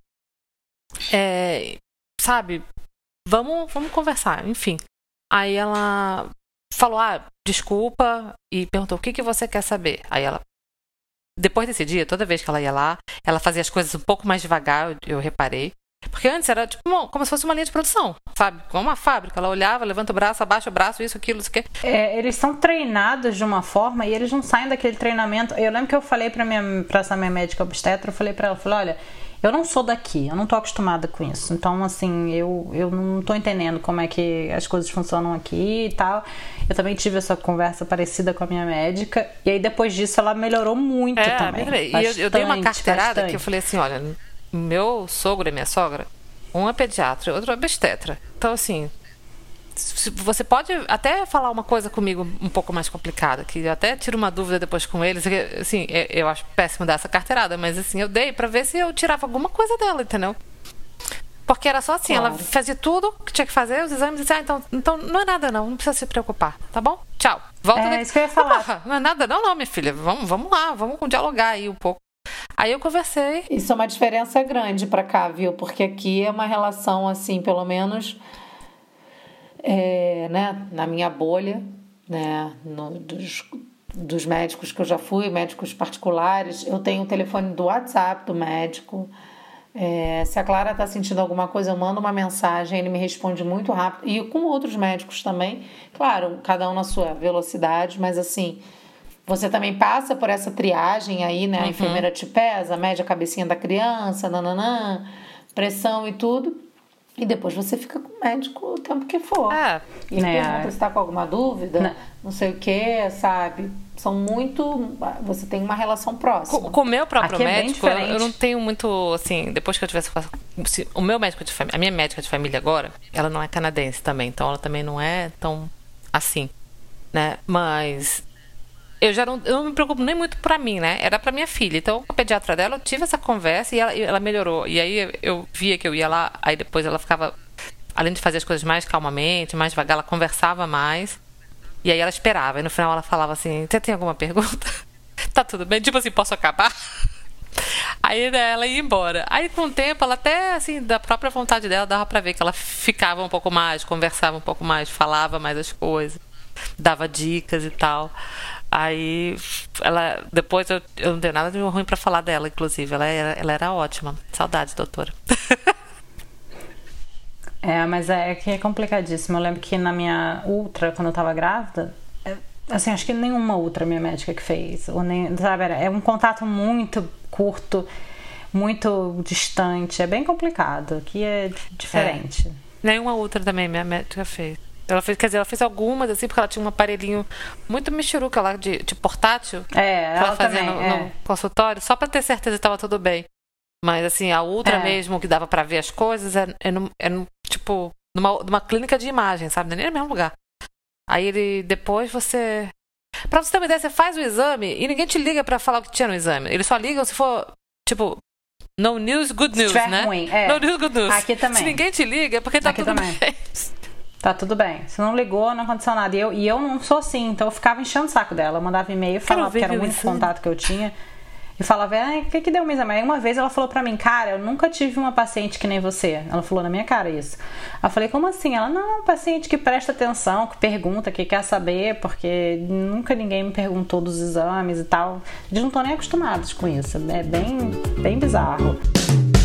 é, sabe... Vamos, vamos conversar, enfim. Aí ela falou, ah, desculpa, e perguntou, o que, que você quer saber? Aí ela, depois desse dia, toda vez que ela ia lá, ela fazia as coisas um pouco mais devagar, eu, eu reparei. Porque antes era tipo como se fosse uma linha de produção, sabe? Como uma fábrica. Ela olhava, levanta o braço, abaixa o braço, isso, aquilo, isso, aquilo. É, eles são treinados de uma forma e eles não saem daquele treinamento. Eu lembro que eu falei pra, minha, pra essa minha médica obstetra, eu falei pra ela, eu falei, olha, eu não sou daqui, eu não tô acostumada com isso. Então, assim, eu, eu não tô entendendo como é que as coisas funcionam aqui e tal. Eu também tive essa conversa parecida com a minha médica. E aí, depois disso, ela melhorou muito é, também. E bastante, eu, eu dei uma carteirada bastante. que eu falei assim, olha, meu sogro e minha sogra, um é pediatra, outro é obstetra. Então, assim, você pode até falar uma coisa comigo um pouco mais complicada, que eu até tiro uma dúvida depois com eles, que, assim, eu acho péssimo dar essa carteirada, mas assim, eu dei pra ver se eu tirava alguma coisa dela, entendeu? Porque era só assim, Claro. ela fazia tudo que tinha que fazer, os exames, e disse, ah, então, então não é nada não, não precisa se preocupar, tá bom? Tchau. Volta É, daqui. isso que eu ia falar. Porra, não é nada não, não, minha filha, vamos, vamos lá, vamos dialogar aí um pouco. Aí eu conversei. Isso é uma diferença grande pra cá, viu? Porque aqui é uma relação, assim, pelo menos, é, né, na minha bolha, né, no, dos, dos médicos que eu já fui, médicos particulares, eu tenho o telefone do WhatsApp do médico. É, se a Clara está sentindo alguma coisa, eu mando uma mensagem, ele me responde muito rápido. E com outros médicos também, claro, cada um na sua velocidade, mas assim... Você também passa por essa triagem aí, né? A Uhum. enfermeira te pesa, mede a cabecinha da criança, nananã, pressão e tudo. E depois você fica com o médico o tempo que for. É. E Né? pergunta se está com alguma dúvida, Não. não sei o que, sabe? São muito... Você tem uma relação próxima. Com, com o meu próprio Aqui é bem médico, eu, diferente. eu não tenho muito, assim, depois que eu tivesse... se- O meu médico de família, a minha médica de família agora, ela não é canadense também, então ela também não é tão assim, né? Mas... Eu já não, eu não me preocupo nem muito pra mim, né? Era pra minha filha. Então, com a pediatra dela, eu tive essa conversa e ela, e ela melhorou. E aí eu via que eu ia lá, aí depois ela ficava, além de fazer as coisas mais calmamente, mais devagar, ela conversava mais. E aí ela esperava. E no final ela falava assim, você tem alguma pergunta? Tá tudo bem? Tipo assim, posso acabar? Aí né, ela ia embora. Aí com o tempo, ela até, assim, da própria vontade dela, dava pra ver que ela ficava um pouco mais, conversava um pouco mais, falava mais as coisas, dava dicas e tal. Aí, ela, depois eu, eu não tenho nada de ruim pra falar dela, inclusive. Ela era, ela era ótima. Saudade, doutora. É, mas é que é complicadíssimo. Eu lembro que na minha ultra, quando eu tava grávida, é, assim, acho que nenhuma ultra minha médica que fez. Ou nem, sabe, é um contato muito curto, muito distante. É bem complicado. Aqui é diferente. É. Nenhuma outra também minha médica fez. Ela fez, quer dizer, ela fez algumas, assim, porque ela tinha um aparelhinho muito michuruca lá de, de portátil. É, que ela ela fazia também, no, é. no consultório, só pra ter certeza que estava tudo bem. Mas, assim, a outra É. mesmo, que dava pra ver as coisas, é, é, no, é no, tipo, numa, numa clínica de imagem, sabe? Não é nem no mesmo lugar. Aí ele, depois você... Pra você ter uma ideia, você faz o exame e ninguém te liga pra falar o que tinha no exame. Eles só ligam se for, tipo... No news, good news, tiver né? ruim, é. No news, good news. Aqui também. Se ninguém te liga, é porque tá Aqui tudo também. bem. Tá tudo bem. Se não ligou, não aconteceu nada. E eu, e eu não sou assim, então eu ficava enchendo o saco dela. Eu mandava e-mail, falava ver que era o meu único exame. contato que eu tinha. E falava, ah, o que que deu meu exame? Aí uma vez ela falou pra mim, cara, eu nunca tive uma paciente que nem você. Ela falou na minha cara isso. Aí eu falei, como assim? Ela, não, paciente que presta atenção, que pergunta, que quer saber, porque nunca ninguém me perguntou dos exames e tal. Eles não estão nem acostumados com isso. É bem, bem bizarro.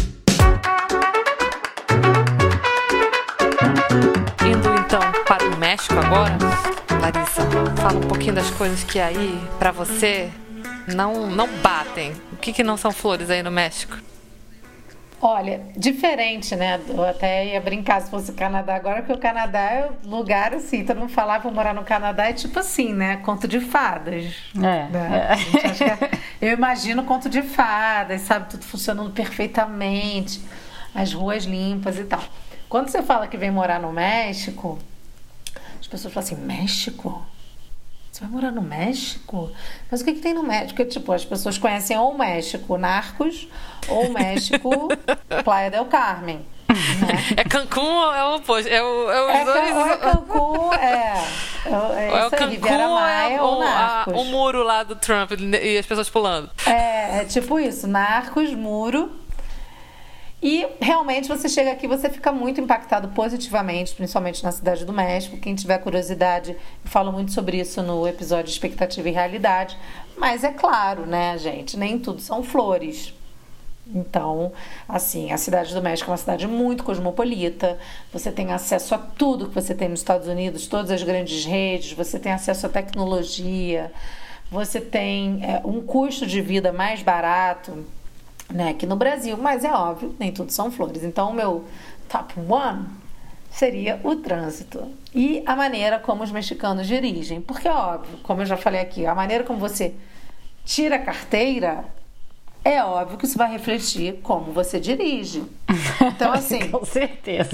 Indo então para o México agora. Larissa, fala um pouquinho das coisas que aí, pra você, não, não batem. O que que não são flores aí no México? Olha, diferente, né? Eu até ia brincar se fosse o Canadá agora, porque o Canadá é um lugar assim, todo mundo falava, vou morar no Canadá, é tipo assim, né? Conto de fadas. É. Né? A gente acha que é- eu imagino conto de fadas, sabe? Tudo funcionando perfeitamente, as ruas limpas e tal. Quando você fala que vem morar no México, as pessoas falam assim, México? Você vai morar no México? Mas o que, que tem no México? Tipo, as pessoas conhecem ou o México Narcos ou o México Playa del Carmen. Né? É Cancún ou é o oposto? É, o, é os É, dois. Can- ou é Cancún, é. É, é Ou é o isso aí, Cancún Riviera ou é Maia o, ou a- Narcos. o muro lá do Trump e as pessoas pulando. É, é tipo isso, Narcos, muro. E realmente você chega aqui, você fica muito impactado positivamente, principalmente na Cidade do México. Quem tiver curiosidade, eu falo muito sobre isso no episódio Expectativa e Realidade. Mas é claro, né, gente, nem tudo são flores. Então, assim, a Cidade do México é uma cidade muito cosmopolita. Você tem acesso a tudo que você tem nos Estados Unidos, todas as grandes redes, você tem acesso à tecnologia, você tem é, um custo de vida mais barato, né, aqui no Brasil, mas é óbvio, nem tudo são flores. Então, o meu top one seria o trânsito e a maneira como os mexicanos dirigem. Porque é óbvio, como eu já falei aqui, a maneira como você tira a carteira, é óbvio que isso vai refletir como você dirige. Então, assim, Com certeza.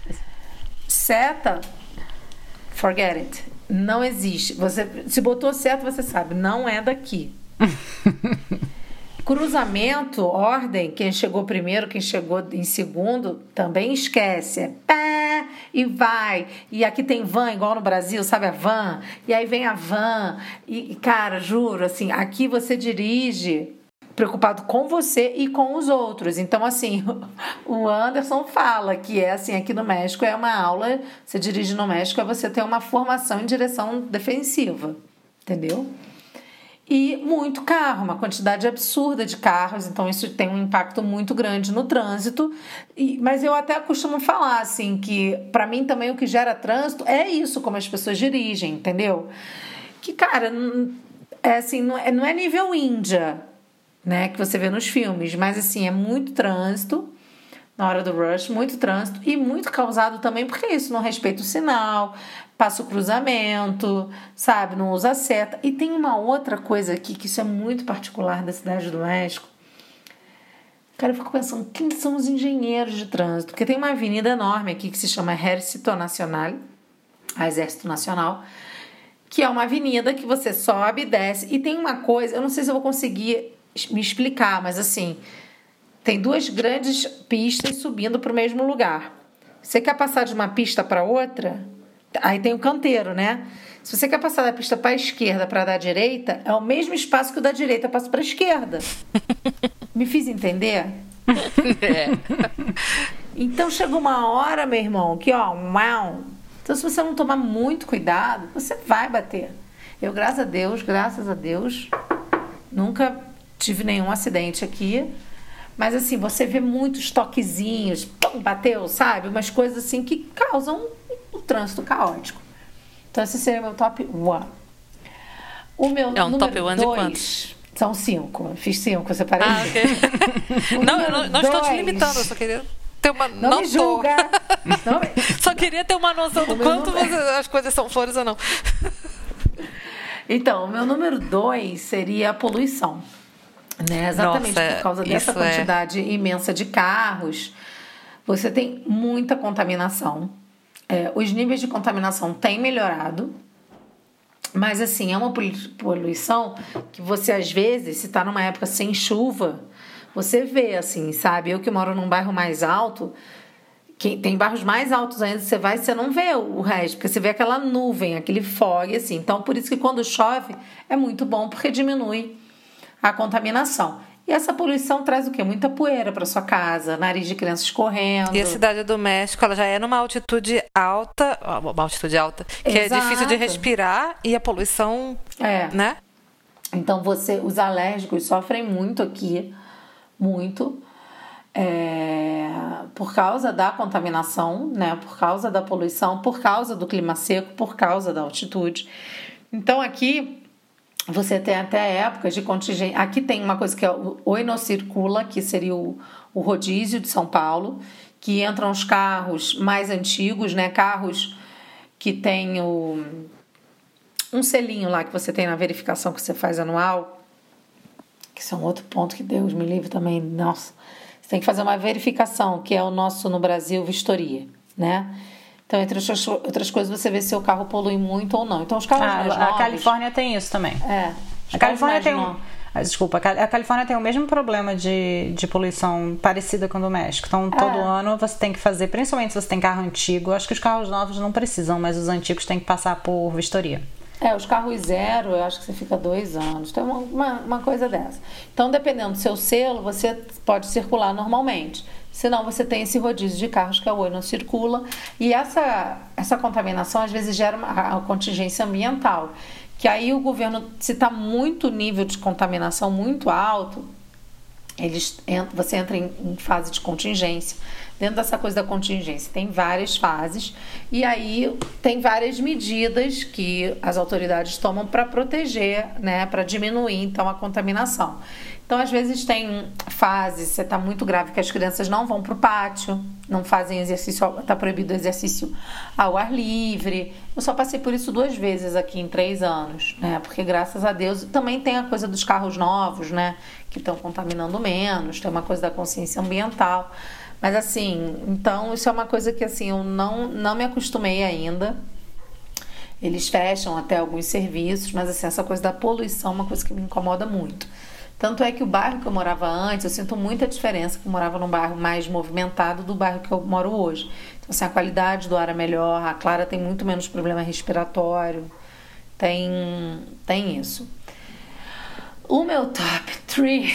seta, forget it. Não existe. Você, se botou seta, você sabe, não é daqui. Cruzamento, ordem, quem chegou primeiro, quem chegou em segundo, também esquece. É pé e vai. E aqui tem van, igual no Brasil, sabe a van? E aí vem a van. E, cara, juro, assim, aqui você dirige preocupado com você e com os outros. Então, assim, o Anderson fala que é assim, aqui no México é uma aula, você dirige no México, é você ter uma formação em direção defensiva, entendeu? E muito carro, uma quantidade absurda de carros, então isso tem um impacto muito grande no trânsito. E, mas eu até costumo falar assim que para mim também o que gera trânsito é isso, como as pessoas dirigem, entendeu? Que, cara, é assim, não é, não é nível Índia, né, que você vê nos filmes, mas assim, é muito trânsito na hora do rush, muito trânsito e muito causado também porque isso não respeita o sinal, passa o cruzamento, sabe, não usa seta. E tem uma outra coisa aqui que isso é muito particular da Cidade do México. Cara, eu fico pensando, quem são os engenheiros de trânsito? Porque tem uma avenida enorme aqui que se chama Ejército Nacional, a Exército Nacional, que é uma avenida que você sobe e desce. E tem uma coisa, eu não sei se eu vou conseguir me explicar, mas assim, tem duas grandes pistas subindo para o mesmo lugar. Você quer passar de uma pista para outra? Aí tem o canteiro, né? Se você quer passar da pista para a esquerda para da direita, é o mesmo espaço que o da direita passa para a esquerda. Me fiz entender? É. Então chega uma hora, meu irmão, que ó, uau. Então se você não tomar muito cuidado, você vai bater. Eu, graças a Deus, graças a Deus, nunca tive nenhum acidente aqui. Mas assim, você vê muitos toquezinhos, pum, bateu, sabe? Umas coisas assim que causam um trânsito caótico. Então esse seria o meu top one. O meu É um número top one de dois, quantos? São cinco. Fiz cinco, você parece. Ah, ok. Não, eu não, não estou te dois. limitando, eu só queria ter uma... Não, não me tô. julga. Não me... Só queria ter uma noção do O meu quanto número- você- as coisas são flores ou não. Então, o meu número dois seria a poluição. Né? Exatamente Nossa, por causa dessa isso é- quantidade imensa de carros, você tem muita contaminação. É, os níveis de contaminação têm melhorado, mas assim, é uma polu- poluição que você às vezes, se está numa época sem chuva, você vê assim, sabe? Eu que moro num bairro mais alto, que tem bairros mais altos ainda, você vai e você não vê o resto, porque você vê aquela nuvem, aquele fog, assim. Então, por isso que quando chove é muito bom, porque diminui a contaminação. E essa poluição traz o quê? Muita poeira para sua casa, nariz de criança escorrendo. E a Cidade do México, ela já é numa altitude alta, ó, uma altitude alta, que Exato. é difícil de respirar e a poluição, É. né? Então, você, os alérgicos sofrem muito aqui, muito. é, por causa da contaminação, né? Por causa da poluição, por causa do clima seco, por causa da altitude. Então aqui você tem até épocas de contingência. Aqui tem uma coisa que é o Oinocircula, que seria o, o rodízio de São Paulo, que entram os carros mais antigos, né? Carros que tem o, um selinho lá que você tem na verificação que você faz anual, que isso é um outro ponto que Deus me livre também, nossa. Você tem que fazer uma verificação, que é o nosso, no Brasil, vistoria, né? Então, entre outras coisas, você vê se o carro polui muito ou não. Então, os carros ah, mais a novos... A Califórnia tem isso também. É. A Califórnia tem um... Desculpa, a Califórnia tem o mesmo problema de, de poluição parecida com o do México. Então, todo é. ano você tem que fazer, principalmente se você tem carro antigo, acho que os carros novos não precisam, mas os antigos têm que passar por vistoria. É, os carros zero, eu acho que você fica dois anos. Tem uma, uma, uma coisa dessa. Então, dependendo do seu selo, você pode circular normalmente. Senão, você tem esse rodízio de carros que a Oi não circula. E essa, essa contaminação, às vezes, gera uma, uma contingência ambiental. Que aí o governo, se está muito nível de contaminação muito alto, eles, você entra em, em fase de contingência. Dentro dessa coisa da contingência tem várias fases e aí tem várias medidas que as autoridades tomam para proteger, né, para diminuir então a contaminação. Então às vezes tem fases, você está muito grave que as crianças não vão para o pátio, não fazem exercício, está proibido o exercício ao ar livre. Eu só passei por isso duas vezes aqui em três anos, né, porque graças a Deus também tem a coisa dos carros novos, né, que estão contaminando menos, tem uma coisa da consciência ambiental. Mas assim, então isso é uma coisa que assim, eu não, não me acostumei ainda. Eles fecham até alguns serviços, mas assim, essa coisa da poluição é uma coisa que me incomoda muito. Tanto é que o bairro que eu morava antes, eu sinto muita diferença, que eu morava num bairro mais movimentado do bairro que eu moro hoje. Então assim, a qualidade do ar é melhor, a Clara tem muito menos problema respiratório, tem, tem isso. O meu top três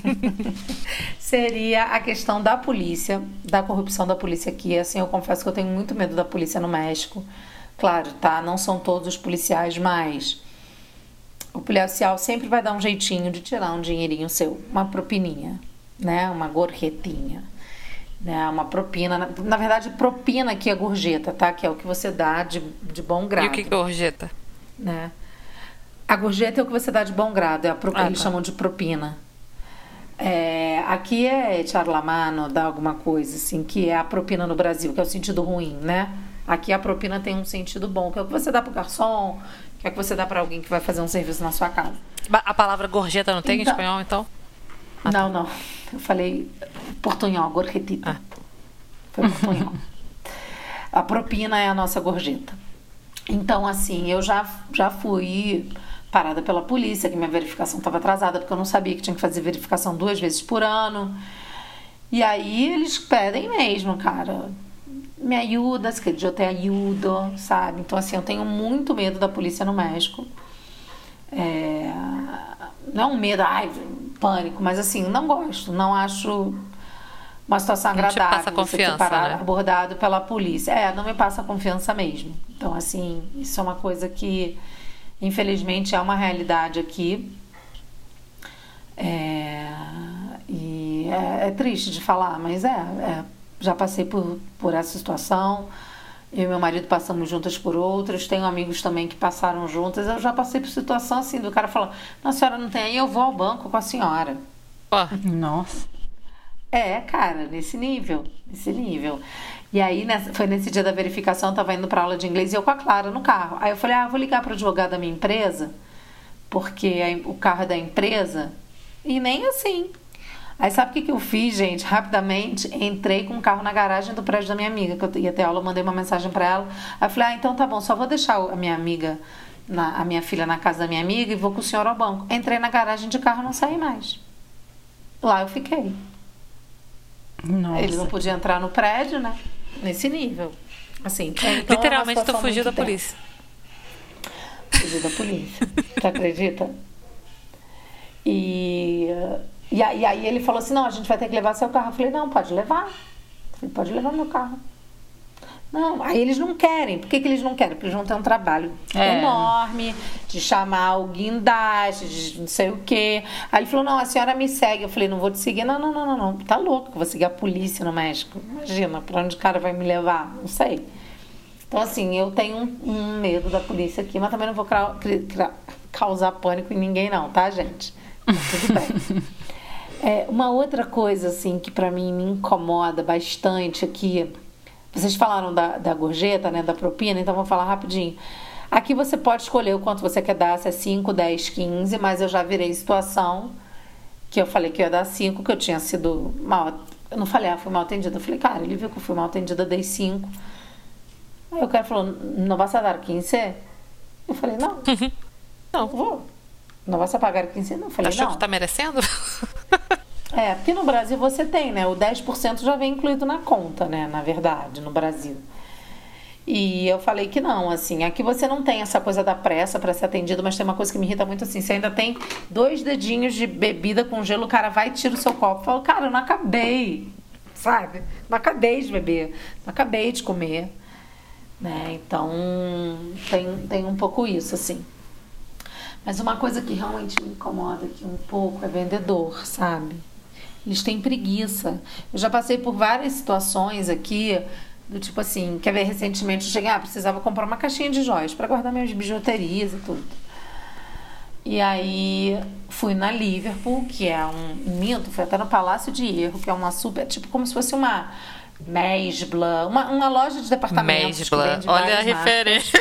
seria a questão da polícia, da corrupção da polícia aqui. Assim, eu confesso que eu tenho muito medo da polícia no México. Claro, tá? Não são todos os policiais, mas o policial sempre vai dar um jeitinho de tirar um dinheirinho seu, uma propininha, né? Uma gorjetinha, né? Uma propina. Na, na verdade, propina aqui é gorjeta, tá? Que é o que você dá de, de bom grado. E o que é gorjeta? Né? A gorjeta é o que você dá de bom grado, é a pro... ah, eles tá. chamam de propina. É... Aqui é charlamano, dá alguma coisa, assim, que é a propina no Brasil, que é o sentido ruim, né? Aqui a propina tem um sentido bom, que é o que você dá pro garçom, que é o que você dá para alguém que vai fazer um serviço na sua casa. A palavra gorjeta não tem então... em espanhol, então? Ah, não, não. Eu falei portunhol, gorjetita. Ah. Foi portunhol. A propina é a nossa gorjeta. Então, assim, eu já, já fui parada pela polícia, que minha verificação estava atrasada, porque eu não sabia que tinha que fazer verificação duas vezes por ano. E aí eles pedem mesmo, cara, me ajuda, que eu te ajudo, sabe? Então, assim, eu tenho muito medo da polícia no México. É... Não é um medo, ai, pânico, mas assim, não gosto, não acho uma situação agradável. Não te passa confiança, você ser parado, né? abordado pela polícia. É, não me passa confiança mesmo. Então, assim, isso é uma coisa que, infelizmente, é uma realidade aqui. É, e é, é triste de falar, mas é, é. Já passei por, por essa situação. Eu e meu marido passamos juntas por outras. Tenho amigos também que passaram juntas. Eu já passei por situação assim, do cara falando, não, a senhora não tem aí, eu vou ao banco com a senhora. Oh. Nossa. É, cara, nesse nível, nesse nível. E aí, nessa, foi nesse dia da verificação, eu tava indo pra aula de inglês e eu com a Clara no carro. Aí eu falei, ah, vou ligar pro advogado da minha empresa, porque a, o carro é da empresa, e nem assim. Aí sabe o que, que eu fiz, gente? Rapidamente, entrei com o carro na garagem do prédio da minha amiga, que eu ia ter aula, eu mandei uma mensagem pra ela. Aí eu falei, ah, então tá bom, só vou deixar a minha amiga, na, a minha filha na casa da minha amiga e vou com o senhor ao banco. Entrei na garagem de carro e não saí mais. Lá eu fiquei. Nossa. Ele não podia entrar no prédio, né? Nesse nível. Assim, então literalmente é tu fugiu da polícia. Fugiu da polícia. Você acredita? E, e, aí, e aí ele falou assim, não, a gente vai ter que levar seu carro. Eu falei, não, pode levar. Eu falei, pode levar meu carro. Não, aí eles não querem. Por que, que eles não querem? Porque eles vão ter um trabalho É. enorme de chamar o guindaste, de não sei o quê. Aí ele falou, não, a senhora me segue. Eu falei, não vou te seguir. Não, não, não, não, não. Tá louco, eu vou seguir a polícia no México. Imagina, pra onde o cara vai me levar? Não sei. Então, assim, eu tenho um, um medo da polícia aqui, mas também não vou cra- cra- causar pânico em ninguém não, tá, gente? Tudo bem. É, uma outra coisa, assim, que pra mim me incomoda bastante aqui... Vocês falaram da, da gorjeta, né, da propina, então vou falar rapidinho. Aqui você pode escolher o quanto você quer dar, se é cinco, dez, quinze, mas eu já virei situação que eu falei que eu ia dar cinco, que eu tinha sido mal... Eu não falei, ah, fui mal atendida. Eu falei, cara, ele viu que eu fui mal atendida, dei cinco. Aí o cara falou, não vas a dar quinze? Eu falei, não, não vou. Não vas a pagar quinze? Não, eu falei, Achou não. que tá merecendo? É, porque no Brasil você tem, né? O dez por cento já vem incluído na conta, né? Na verdade, no Brasil. E eu falei que não, assim, aqui você não tem essa coisa da pressa para ser atendido, mas tem uma coisa que me irrita muito assim, você ainda tem dois dedinhos de bebida com gelo, o cara vai e tira o seu copo. Eu falo, cara, eu não acabei, sabe? Não acabei de beber, não acabei de comer, né? Então, tem, tem um pouco isso, assim. Mas uma coisa que realmente me incomoda aqui um pouco é vendedor, sabe? Eles têm preguiça. Eu já passei por várias situações aqui, do tipo assim, quer ver, recentemente eu cheguei, ah, precisava comprar uma caixinha de joias para guardar minhas bijuterias e tudo. E aí fui na Liverpool, que é um minto, fui até no Palácio de Hierro, que é uma super, tipo como se fosse uma Mesbla, uma, uma loja de departamentos. Mesbla, olha a referência.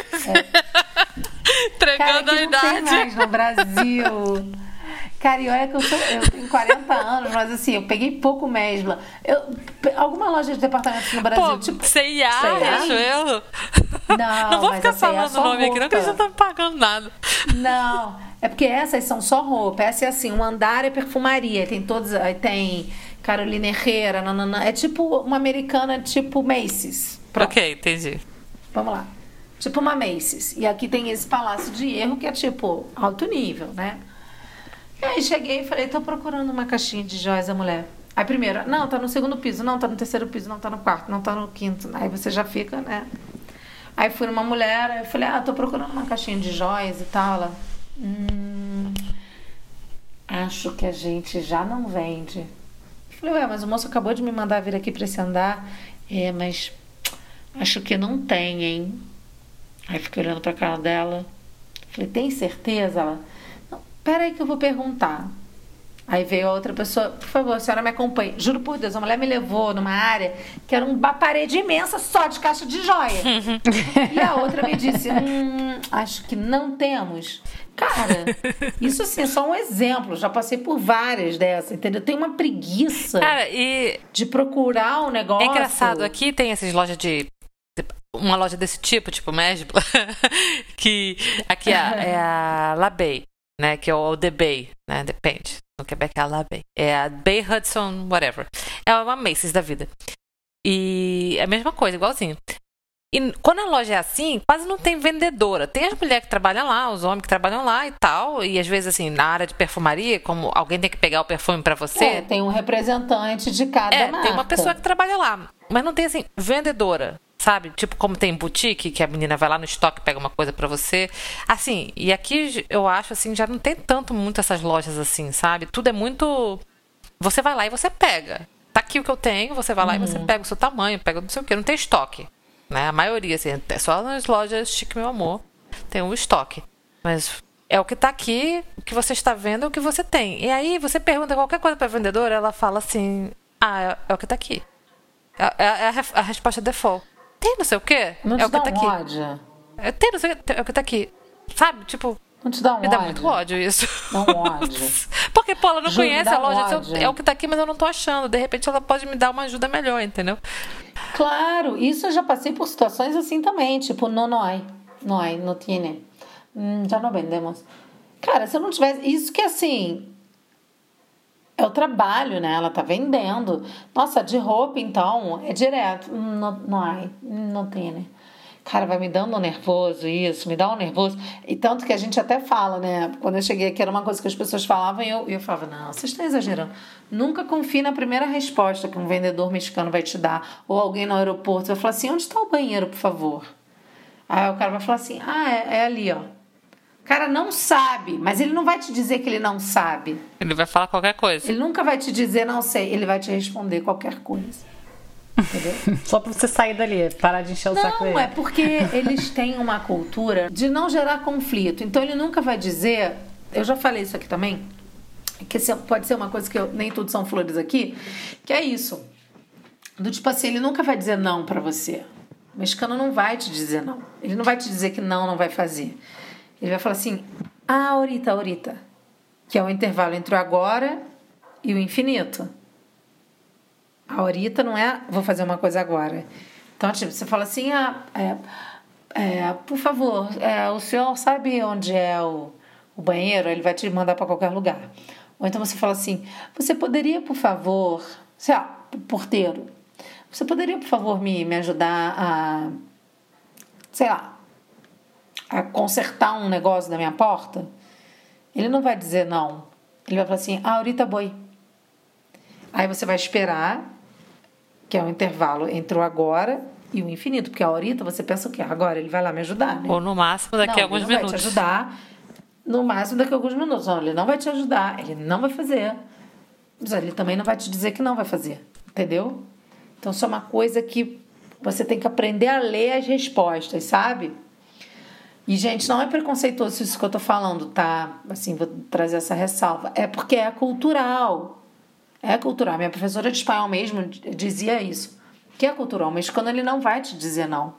É. Entregando Cara, a idade. Não tem mais no Brasil. Cara, e olha que eu, sou, eu tenho quarenta anos, mas assim, eu peguei pouco Mesbla. Eu, alguma loja de departamentos no Brasil, Pô, tipo... C I A, Riachuelo. Não, não vou mas ficar a C I A é falando o só nome aqui, não, que eles roupa. não estão pagando nada. Não, é porque essas são só roupa. Essa é assim, um andar é perfumaria. Tem todos, aí tem Carolina Herrera, nanana. É tipo uma americana, tipo Macy's. Pronto. Ok, entendi. Vamos lá. Tipo uma Macy's. E aqui tem esse Palácio de Hierro, que é tipo alto nível, né? E aí cheguei e falei, tô procurando uma caixinha de joias, a mulher. Aí primeiro, não, tá no segundo piso, não, tá no terceiro piso, não, tá no quarto, não, tá no quinto. Aí você já fica, né? Aí fui numa mulher, aí eu falei, ah, tô procurando uma caixinha de joias e tal. Ela, hum, acho que a gente já não vende. Eu falei, ué, mas o moço acabou de me mandar vir aqui pra esse andar. É, mas acho que não tem, hein? Aí fiquei olhando pra cara dela. Falei, tem certeza? Ela, não, peraí que eu vou perguntar. Aí veio a outra pessoa, por favor, a senhora me acompanhe. Juro por Deus, a mulher me levou numa área que era uma parede imensa só de caixa de joia. E a outra me disse, hum, acho que não temos. Cara, isso assim é só um exemplo. Já passei por várias dessas, entendeu? Tem uma preguiça Cara, e de procurar um negócio. é engraçado, aqui tem essas lojas de... Uma loja desse tipo, tipo Mesbla, que aqui é, é a La Bay, né? Que é o The Bay, né? Depende. No Quebec é a La Bay. É a Bay Hudson, whatever. É uma Macy's da vida. E é a mesma coisa, igualzinho. E quando a loja é assim, quase não tem vendedora. Tem as mulheres que trabalham lá, os homens que trabalham lá e tal. E às vezes, assim, na área de perfumaria, como alguém tem que pegar o perfume pra você. É, tem um representante de cada É, marca. tem uma pessoa que trabalha lá. Mas não tem, assim, vendedora. Sabe? Tipo, como tem boutique, que a menina vai lá no estoque e pega uma coisa pra você. Assim, e aqui eu acho, assim, já não tem tanto muito essas lojas assim, sabe? Tudo é muito... Você vai lá e você pega. Tá aqui o que eu tenho, você vai lá uhum. e você pega o seu tamanho, pega não sei o quê. Não tem estoque, né? A maioria, assim, é só nas lojas Chique Meu Amor tem um estoque. Mas é o que tá aqui, o que você está vendo é o que você tem. E aí você pergunta qualquer coisa pra vendedora, ela fala assim, ah, é, é o que tá aqui. É, é, é a, a resposta default. Tem não sei o quê? Não te é o que dá tá um aqui. ódio? Tem não sei o quê? É o que tá aqui. Sabe? Tipo, não te dá um me ódio? dá muito ódio isso. Dá um ódio. Porque, pô, ela não Juro, conhece dá a loja. um Eu, ódio. é o que tá aqui, mas eu não tô achando. De repente ela pode me dar uma ajuda melhor, entendeu? Claro, isso eu já passei por situações assim também. Tipo, não, não hay. Não hay, não tiene. Hum, já não vendemos. Cara, se eu não tivesse... Isso que assim... É o trabalho, né? Ela tá vendendo. Nossa, de roupa, então, é direto. Não, não hay, não tem, né? Cara, vai me dando um nervoso isso, me dá um nervoso. E tanto que a gente até fala, né? Quando eu cheguei aqui era uma coisa que as pessoas falavam e eu, eu falava, não, vocês estão exagerando. Nunca confie na primeira resposta que um vendedor mexicano vai te dar. Ou alguém no aeroporto vai falar assim, onde está o banheiro, por favor? Aí o cara vai falar assim, ah, é, é ali, ó. O cara não sabe, mas ele não vai te dizer que ele não sabe. Ele vai falar qualquer coisa. Ele nunca vai te dizer não sei, ele vai te responder qualquer coisa. Entendeu? Só pra você sair dali, parar de encher o saco dele. Não, é porque eles têm uma cultura de não gerar conflito. Então ele nunca vai dizer, eu já falei isso aqui também, que pode ser uma coisa que eu, nem tudo são flores aqui, que é isso. Do tipo assim, ele nunca vai dizer não pra você. O mexicano não vai te dizer não. Ele não vai te dizer que não, não vai fazer. Ele vai falar assim, ah, ahorita, ahorita. Que é o intervalo entre o agora e o infinito. A ahorita não é, vou fazer uma coisa agora. Então, tipo, você fala assim, ah, é, é, por favor, é, o senhor sabe onde é o, o banheiro? Ele vai te mandar para qualquer lugar. Ou então você fala assim, você poderia, por favor, sei lá, porteiro, você poderia, por favor, me, me ajudar a, sei lá, a consertar um negócio da minha porta? Ele não vai dizer não. Ele vai falar assim, ah, ahorita boi. Aí você vai esperar, que é o intervalo entre o agora e o infinito. Porque a ahorita você pensa o quê? Agora ele vai lá me ajudar, né? Ou no máximo daqui não, a alguns ele não minutos. Vai te ajudar no máximo daqui a alguns minutos. Não, ele não vai te ajudar, ele não vai fazer. Mas ele também não vai te dizer que não vai fazer. Entendeu? Então isso é uma coisa que você tem que aprender a ler as respostas, sabe? E, gente, não é preconceituoso isso que eu tô falando, tá? Assim, vou trazer essa ressalva. É porque é cultural. É cultural. Minha professora de espanhol mesmo dizia isso. Que é cultural. Mas quando ele não vai te dizer não.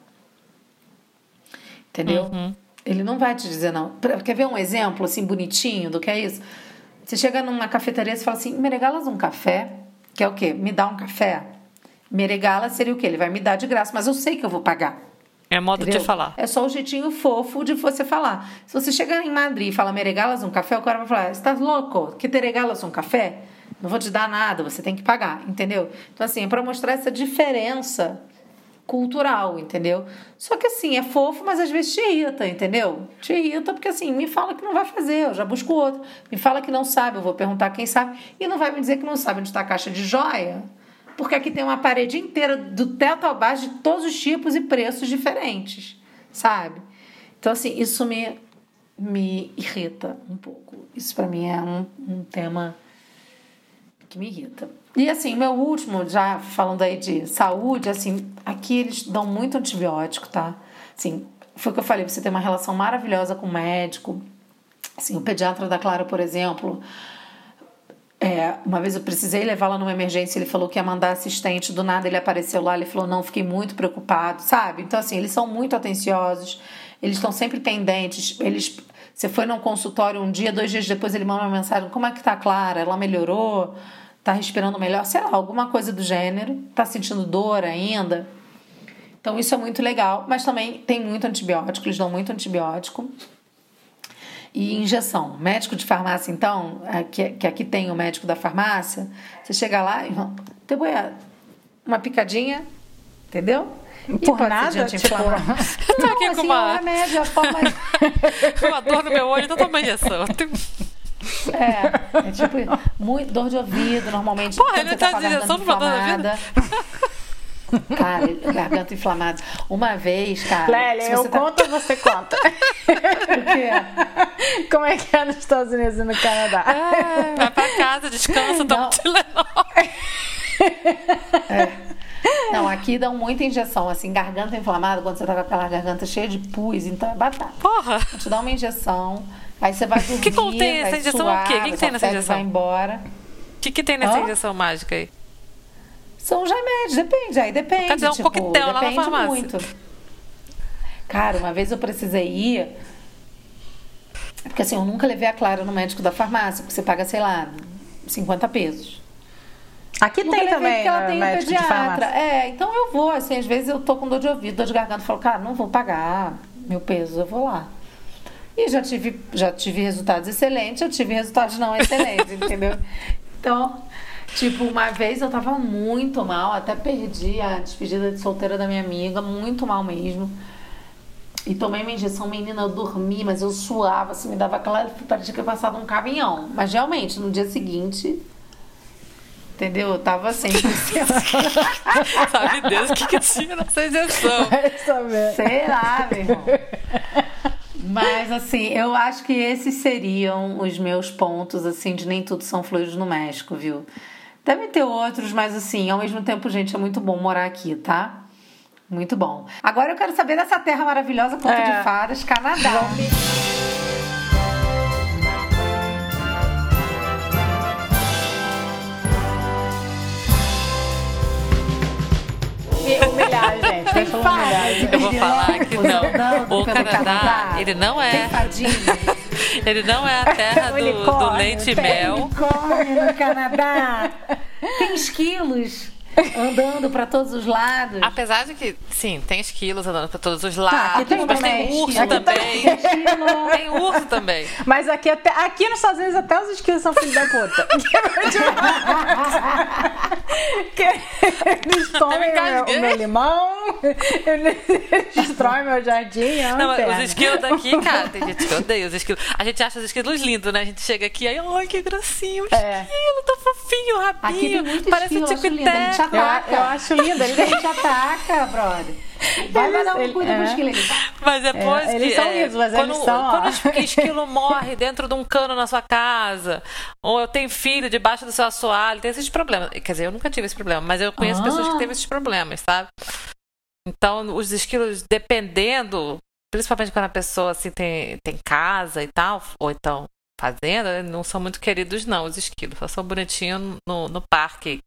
Entendeu? Uhum. Ele não vai te dizer não. Quer ver um exemplo, assim, bonitinho do que é isso? Você chega numa cafeteria e fala assim, me regalas um café? Que é o quê? Me dá um café? Me regala seria o quê? Ele vai me dar de graça, mas eu sei que eu vou pagar. É modo Entendeu? de falar. É só o jeitinho fofo de você falar. Se você chegar em Madrid e falar, me regalas um café, o cara vai falar, estás louco? Que te regalas um café? Não vou te dar nada, você tem que pagar, entendeu? Então, assim, é pra mostrar essa diferença cultural, entendeu? Só que, assim, é fofo, mas às vezes te irrita, entendeu? Te irrita porque, assim, me fala que não vai fazer, eu já busco outro. Me fala que não sabe, eu vou perguntar quem sabe. E não vai me dizer que não sabe onde está a caixa de joia, porque aqui tem uma parede inteira, do teto ao baixo, de todos os tipos e preços diferentes, sabe? Então, assim, isso me, me irrita um pouco. Isso, pra mim, é um, um tema que me irrita. E, assim, meu último, já falando aí de saúde, assim, aqui eles dão muito antibiótico, tá? Assim, foi o que eu falei, você tem uma relação maravilhosa com o médico. Assim, o pediatra da Clara, por exemplo... É, uma vez eu precisei levá-la numa emergência, ele falou que ia mandar assistente, do nada ele apareceu lá, ele falou, não, fiquei muito preocupado, sabe? Então, assim, eles são muito atenciosos, eles estão sempre pendentes, eles... Você foi num consultório um dia, dois dias depois ele manda uma mensagem, como é que tá a Clara? Ela melhorou? Tá respirando melhor? Sei lá, alguma coisa do gênero, tá sentindo dor ainda? Então, isso é muito legal, mas também tem muito antibiótico, eles dão muito antibiótico. E injeção. Médico de farmácia, então, que, que aqui tem o médico da farmácia, você chega lá e tem uma picadinha, entendeu? E por pode nada, ser tipo... Eu tô aqui não, com assim, uma... é remédio, a forma... uma dor no meu olho, então toma injeção. É, é tipo, muito dor de ouvido, normalmente. Porra, ele você tá tá de injeção pra dor de ouvido? Cara, garganta inflamada. Uma vez, cara... Lélia, eu tá... conto ou você conta? O quê? Como é que é nos Estados Unidos e no Canadá? Ah, vai pra casa, descansa, toma um Tilenol. É. Não, aqui dão muita injeção, assim, garganta inflamada, quando você tá com aquela garganta cheia de pus, então é batata. Porra! Vou te dar uma injeção, aí você vai dormir, que contém vai essa injeção? suar, O quê? O que, que tem nessa injeção? Vai embora. O que, que tem nessa Hã? injeção mágica aí? São os remédios, depende, aí depende. Quer dizer, um tipo, coquetel lá na depende farmácia. muito. Cara, uma vez eu precisei ir, porque assim, eu nunca levei a Clara no médico da farmácia, porque você paga, sei lá, cinquenta pesos. Aqui Nunca tem levei também, porque ela né, tem um médico de pediatra. farmácia. É, então eu vou, assim, às vezes eu tô com dor de ouvido, dor de garganta, eu falo, cara, não vou pagar mil pesos, eu vou lá. E já tive, já tive resultados excelentes, eu tive resultados não excelentes, entendeu? Então, tipo, uma vez eu tava muito mal, até perdi a despedida de solteira da minha amiga, muito mal mesmo. E tomei minha injeção, menina, eu dormi, mas eu suava, assim, me dava aquela... Parecia que eu passava um caminhão. Mas realmente, no dia seguinte... Entendeu? Eu tava cem por cento. Sabe Deus o que que tinha nessa injeção. Sei lá, meu irmão. Mas, assim, eu acho que esses seriam os meus pontos, assim, de nem tudo são flores no México, viu? Deve ter outros, mas, assim, ao mesmo tempo, gente, é muito bom morar aqui, tá? Muito bom. Agora eu quero saber dessa terra maravilhosa, Conto É. de Fadas, Canadá. Humilhar, gente. Deixa eu humilhar, gente. Eu vou falar que não. Andando O pelo Canadá, ele não Tem é. fadinha. Ele não é a terra do, do Unicórnio, leite e tem mel. Unicórnio no Canadá. Tem esquilos andando pra todos os lados. Apesar de que, sim, tem esquilos andando pra todos os lados, aqui tem mas também. tem urso Aqui também. Esquilo. Tem urso também. Mas aqui, até, aqui nos Estados Unidos até os esquilos são filhos da puta. Que eles comem o meu, o meu limão, eles destroem meu jardim. É Não, uma mas os perna. esquilos daqui, cara, tem gente que odeia os esquilos. A gente acha os esquilos lindos, né? A gente chega aqui, aí, ai, que gracinha, o É. esquilo, tão fofinho, Aqui tem rabinho, muito parece um esquilo, eu acho lindo. Ele te tico-teco. Eu, ataca. eu acho lindo. Ele Eles, te ataca, brother. Vai, vai dar um Ele- cuida é. pro esquilo. Ele- Mas depois É, eles que, são é, lindos, mas quando, eles são, ó. quando o esquilo morre dentro de um cano na sua casa, ou eu tenho filho debaixo do seu assoalho, tem esses problemas. Quer dizer, eu nunca tive esse problema, mas eu conheço Ah. pessoas que teve esses problemas, sabe? Então, os esquilos, dependendo, principalmente quando a pessoa assim, tem, tem casa e tal, ou então fazenda, não são muito queridos, não, os esquilos. Só são bonitinhos no, no parque,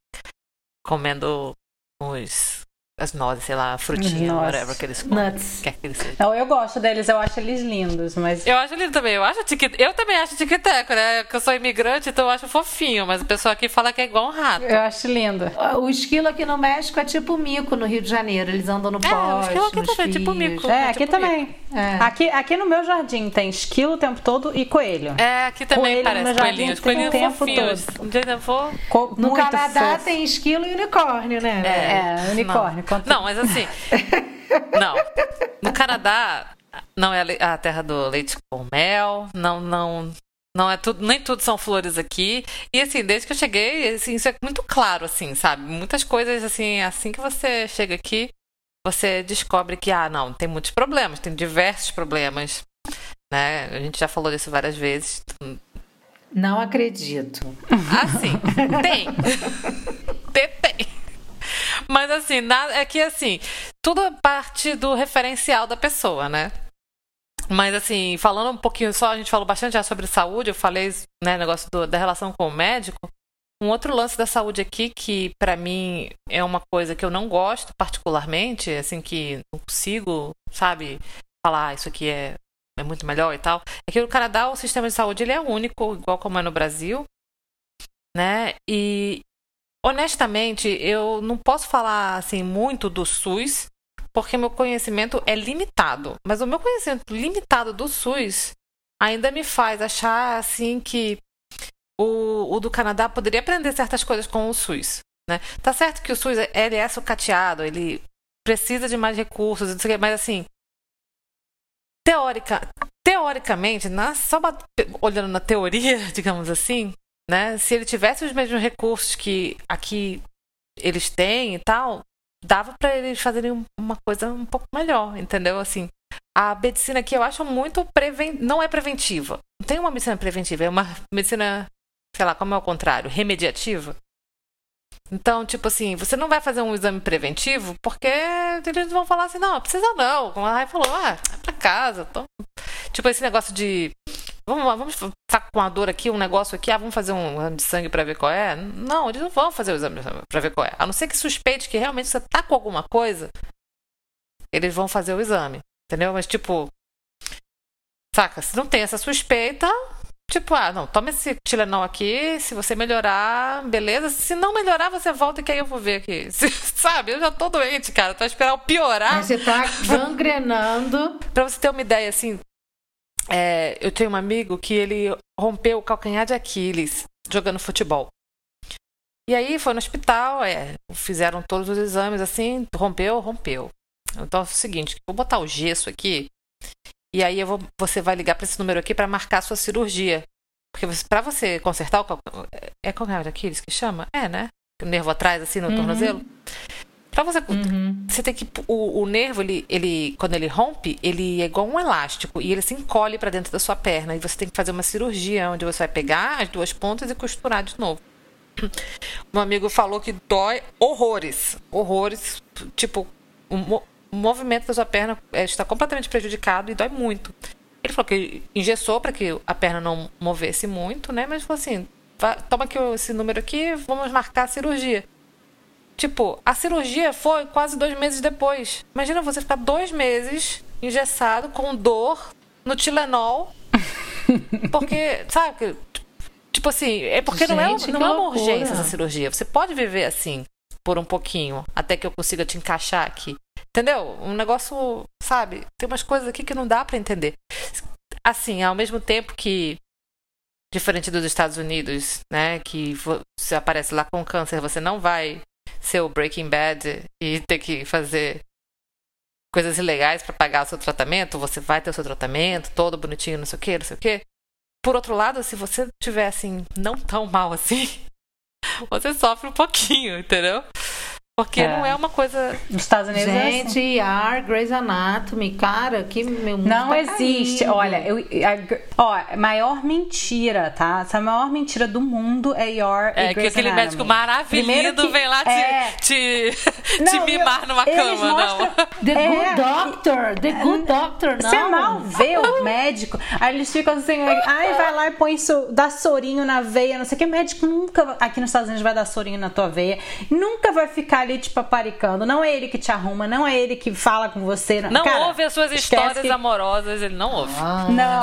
comendo os, as nozes, sei lá, a frutinha, Nozes. whatever que eles comem. Nuts. Quer que eles sejam. não, eu gosto deles, eu acho eles lindos, mas Eu acho lindo também. Eu acho tique... Eu também acho tique-teco, né? Porque eu sou imigrante, então eu acho fofinho. Mas o pessoal aqui fala que é igual um rato. eu acho lindo. O esquilo aqui no México é tipo mico no Rio de Janeiro. Eles andam no É, o poste, esquilo aqui nos também é tipo fios. mico. É, É aqui tipo também. É. Aqui, aqui no meu jardim tem esquilo o tempo todo e coelho. É, aqui também Coelho no meu parece jardim coelhinhos. tem Coelhinhos o tempo fofinhos. todo. Um dia eu vou... Co- No muito Canadá fofo. tem esquilo e unicórnio, né? É, unicórnio. Não, não, mas assim... Não. No Canadá, não é a le- a terra do leite com mel. Não, não... Não é tudo, nem tudo são flores aqui. E assim, desde que eu cheguei, assim, isso é muito claro, assim, sabe? Muitas coisas, assim, assim que você chega aqui, você descobre que, ah, não, tem muitos problemas, tem diversos problemas, né? A gente já falou disso várias vezes. Não acredito. Assim, tem. tem, tem. Mas assim, nada, é que assim, tudo é parte do referencial da pessoa, né? Mas assim, falando um pouquinho só, a gente falou bastante já sobre saúde, eu falei, né, negócio do, da relação com o médico. Um outro lance da saúde aqui, que pra mim é uma coisa que eu não gosto particularmente, assim, que não consigo, sabe, falar, ah, isso aqui é, é muito melhor e tal, é que no Canadá o sistema de saúde ele é único, igual como é no Brasil, né? E honestamente, eu não posso falar assim muito do SUS, porque meu conhecimento é limitado. Mas o meu conhecimento limitado do SUS ainda me faz achar assim que o, o do Canadá poderia aprender certas coisas com o SUS, né? Tá certo que o SUS ele é sucateado, ele precisa de mais recursos, não sei o quê, mas assim, teórica, teoricamente, na, só bat- olhando na teoria, digamos assim, né? Se ele tivesse os mesmos recursos que aqui eles têm e tal, dava para eles fazerem uma coisa um pouco melhor, entendeu? Assim, a medicina aqui eu acho muito preven... não é preventiva. Não tem uma medicina preventiva, é uma medicina, sei lá, como é o contrário, remediativa. Então, tipo assim, você não vai fazer um exame preventivo porque eles vão falar assim, não, precisa não. Como a Rai falou, ah, vai pra casa. Tô... Tipo, esse negócio de Vamos, vamos estar com uma dor aqui, um negócio aqui, ah, vamos fazer um exame de sangue pra ver qual é? Não, eles não vão fazer o exame pra ver qual é. A não ser que suspeite que realmente você tá com alguma coisa, eles vão fazer o exame, entendeu? Mas tipo, saca, se não tem essa suspeita, tipo, ah, não, toma esse Tilenol aqui, se você melhorar, beleza. Se não melhorar, você volta que aí eu vou ver aqui. Sabe, eu já tô doente, cara, tô a esperar eu piorar. Mas você tá gangrenando. Pra você ter uma ideia, assim, é, eu tenho um amigo que ele rompeu o calcanhar de Aquiles jogando futebol. E aí foi no hospital, é, fizeram todos os exames assim, rompeu, rompeu. Então é o seguinte, vou botar o gesso aqui, e aí eu vou, você vai ligar para esse número aqui para marcar a sua cirurgia. Porque para você consertar o calcanhar... É calcanhar de Aquiles que chama? É, né? O nervo atrás, assim, no uhum. tornozelo. Pra você... Uhum. Você tem que... O, o nervo, ele, ele, quando ele rompe, ele é igual um elástico. E ele se encolhe para dentro da sua perna. E você tem que fazer uma cirurgia, onde você vai pegar as duas pontas e costurar de novo. Um amigo falou que dói horrores. Horrores. Tipo, o, mo- o movimento da sua perna está completamente prejudicado e dói muito. Ele falou que engessou para que a perna não movesse muito, né? Mas falou assim, vai, toma aqui esse número aqui, vamos marcar a cirurgia. Tipo, a cirurgia foi quase dois meses depois. Imagina você ficar dois meses engessado, com dor, no Tilenol. Porque, sabe... Tipo assim, é porque Gente, não é, não é uma urgência essa cirurgia. Você pode viver assim, por um pouquinho, até que eu consiga te encaixar aqui. Entendeu? Um negócio, sabe? Tem umas coisas aqui que não dá pra entender. Assim, ao mesmo tempo que, diferente dos Estados Unidos, né? Que você aparece lá com câncer, você não vai ser o Breaking Bad e ter que fazer coisas ilegais pra pagar o seu tratamento. Você vai ter o seu tratamento, todo bonitinho, não sei o quê, não sei o quê. Por outro lado, se você tiver, assim, não tão mal assim, você sofre um pouquinho, entendeu? Porque é. não é uma coisa... Nos Estados Unidos Gente, é assim. E R, Grey's Anatomy, cara, que meu mundo Não tá existe. caindo. Olha, eu, a, ó, a maior mentira, tá? Essa maior mentira do mundo é E R é, e Grey's Anatomy. É que aquele médico maravilhoso que, vem lá te, é... te, te não, mimar eu, numa cama, mostram... não. The é, Good Doctor, The Good Doctor, não. Você mal vê o médico, aí eles ficam assim, ai, vai lá e põe isso, dá sorinho na veia, não sei o que. O médico nunca, aqui nos Estados Unidos, vai dar sorinho na tua veia, nunca vai ficar ali te paparicando, não é ele que te arruma, não é ele que fala com você. Não Cara, ouve as suas histórias que... amorosas, ele não ouve. Ah. Não.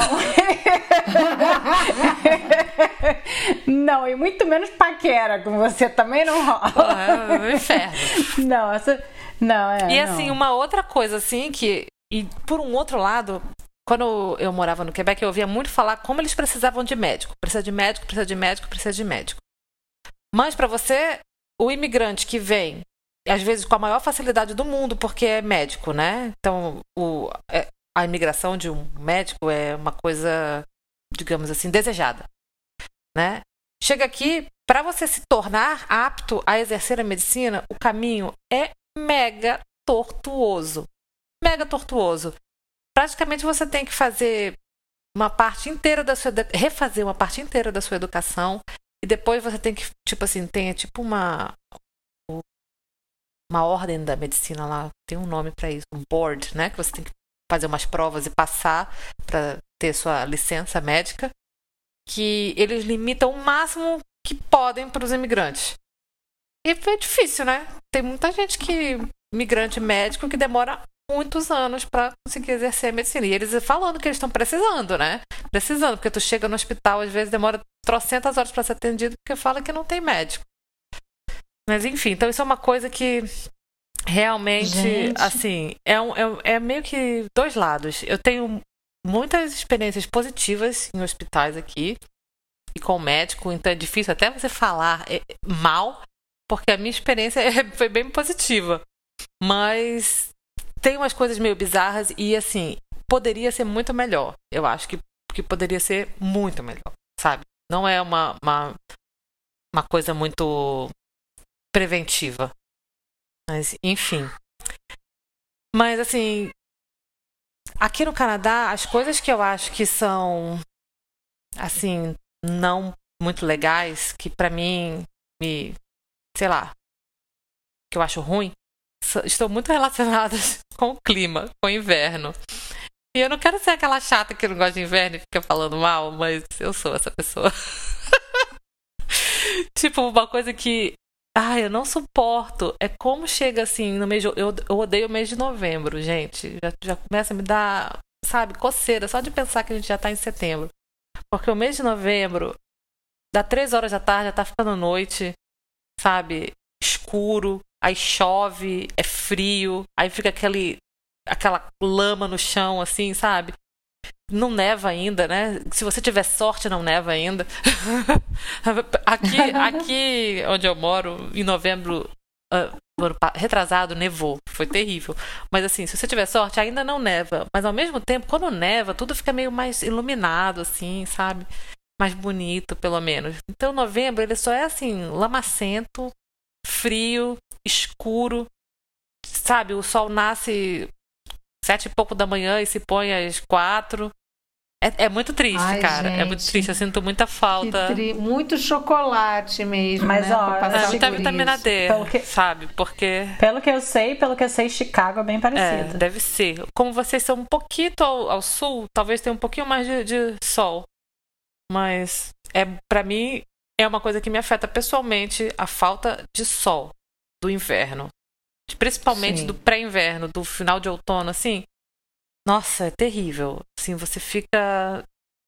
Não, e muito menos paquera com você também não rola. É um inferno. Não, essa... Não, é, e não. assim, uma outra coisa assim que... E por um outro lado, quando eu morava no Quebec, eu ouvia muito falar como eles precisavam de médico. Precisa de médico, precisa de médico, precisa de médico. Mas para você... O imigrante que vem, às vezes com a maior facilidade do mundo, porque é médico, né? Então, o, é, a imigração de um médico é uma coisa, digamos assim, desejada, né? Chega aqui, para você se tornar apto a exercer a medicina, o caminho é mega tortuoso. Mega tortuoso. Praticamente você tem que fazer uma parte inteira da sua... refazer uma parte inteira da sua educação. E depois você tem que, tipo assim, tem tipo uma uma ordem da medicina lá, tem um nome para isso, um board, né? Que você tem que fazer umas provas e passar para ter sua licença médica, que eles limitam o máximo que podem para os imigrantes. E é difícil, né? Tem muita gente que, imigrante médico, que demora muitos anos para conseguir exercer a medicina. E eles falando que eles estão precisando, né? Precisando, porque tu chega no hospital, às vezes demora trocentas horas para ser atendido, porque fala que não tem médico. Mas enfim, então isso é uma coisa que realmente, Gente. assim, é, um, é, é meio que dois lados. Eu tenho muitas experiências positivas em hospitais aqui e com médico, então é difícil até você falar mal, porque a minha experiência foi bem positiva. Mas tem umas coisas meio bizarras e, assim, poderia ser muito melhor. Eu acho que, que poderia ser muito melhor, sabe? Não é uma, uma, uma coisa muito preventiva. Mas, enfim. Mas, assim, aqui no Canadá, as coisas que eu acho que são, assim, não muito legais, que pra mim, me, sei lá, que eu acho ruim, estão muito relacionadas com o clima, com o inverno. E eu não quero ser aquela chata que não gosta de inverno e fica falando mal, mas eu sou essa pessoa. Tipo, uma coisa que, ai, eu não suporto é como chega assim no mês de, eu, eu odeio o mês de novembro, gente. Já, já começa a me dar, sabe, coceira só de pensar que a gente já tá em setembro. Porque o mês de novembro, dá três horas da tarde, já tá ficando noite, sabe, escuro. Aí chove, é frio, aí fica aquele, aquela lama no chão, assim, sabe? Não neva ainda, né? Se você tiver sorte, não neva ainda. aqui, aqui onde eu moro, em novembro, uh, no ano retrasado nevou, foi terrível. Mas assim, se você tiver sorte, ainda não neva. Mas ao mesmo tempo, quando neva, tudo fica meio mais iluminado, assim, sabe? Mais bonito, pelo menos. Então, novembro, ele só é assim, lamacento, frio, escuro, sabe? O sol nasce sete e pouco da manhã e se põe às quatro. É, é muito triste, Ai, cara. gente, é muito triste. Eu sinto muita falta. Tri... Muito chocolate mesmo. Mas, né, ó, É, muita vitamina D, pelo que... sabe? Porque. Pelo que eu sei, pelo que eu sei, Chicago é bem parecido. É, deve ser. Como vocês são um pouquinho ao, ao sul, talvez tenha um pouquinho mais de, de sol. Mas, é, pra mim, é uma coisa que me afeta pessoalmente a falta de sol do inverno. Principalmente Sim. do pré-inverno, do final de outono, assim. Nossa, é terrível. Assim, você fica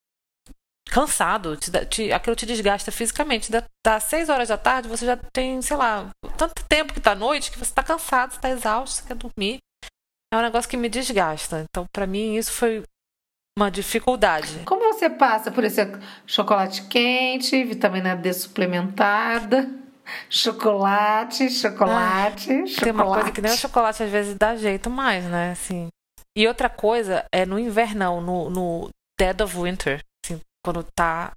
cansado. Te, dá- te, aquilo te desgasta fisicamente. Da, das seis horas da tarde, você já tem, sei lá, tanto tempo que tá noite que você tá cansado, você tá exausto, você quer dormir. É um negócio que me desgasta. Então, pra mim, isso foi uma dificuldade. Como você passa por esse chocolate quente, vitamina D suplementada, chocolate, chocolate, chocolate. Tem uma coisa que nem o chocolate às vezes dá jeito mais, né? Assim. E outra coisa é no invernão, no, no dead of winter, assim, quando tá,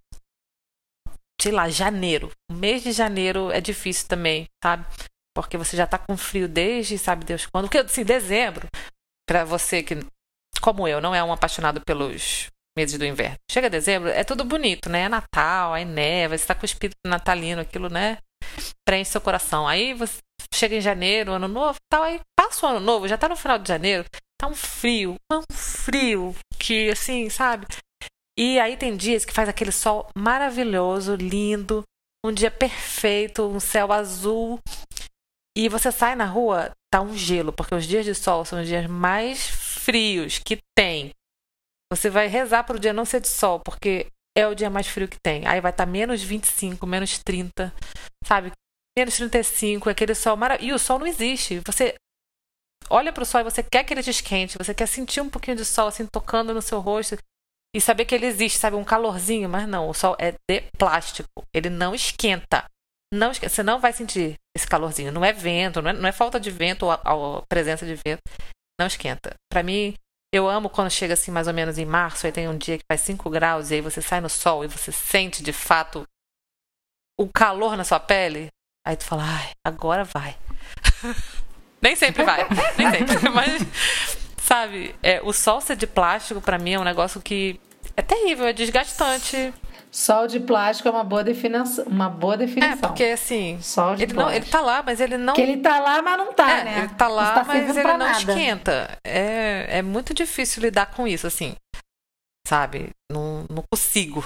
sei lá, janeiro. O mês de janeiro é difícil também, sabe? Porque você já tá com frio desde sabe Deus quando. Porque, assim, dezembro, pra você que, como eu, não é um apaixonado pelos meses do inverno. Chega dezembro, é tudo bonito, né? É Natal, aí neva, você tá com o espírito natalino, aquilo, né? Preenche seu coração. Aí você chega em janeiro, ano novo, tal, aí passa o ano novo, já tá no final de janeiro, tá um frio, um frio que, assim, sabe? E aí tem dias que faz aquele sol maravilhoso, lindo, um dia perfeito, um céu azul, e você sai na rua, tá um gelo, porque os dias de sol são os dias mais frios que tem. Você vai rezar pro dia não ser de sol, porque é o dia mais frio que tem. Aí vai estar tá menos vinte e cinco, menos trinta, sabe? Menos trinta e cinco, aquele sol maravilhoso. E o sol não existe. Você olha pro sol e você quer que ele te esquente, você quer sentir um pouquinho de sol assim tocando no seu rosto e saber que ele existe, sabe? Um calorzinho, mas não, o sol é de plástico. Ele não esquenta. Não esquenta. Você não vai sentir esse calorzinho. Não é vento, não é, não é falta de vento ou a, a presença de vento. Não esquenta. Pra mim, eu amo quando chega assim mais ou menos em março, aí tem um dia que faz cinco graus e aí você sai no sol e você sente de fato o calor na sua pele. Aí tu fala, ai, agora vai. Nem sempre vai, nem sempre. Mas, sabe, é, o sol ser de plástico pra mim é um negócio que é terrível, é desgastante. Sol de plástico é uma boa definição. Uma boa definição. É, porque assim, Sol de ele, não, ele tá lá, mas ele não... Que ele tá lá, mas não tá, é, né? ele tá lá, Não tá mas servindo ele pra não nada. esquenta. É, é muito difícil lidar com isso, assim, sabe? Não, não consigo.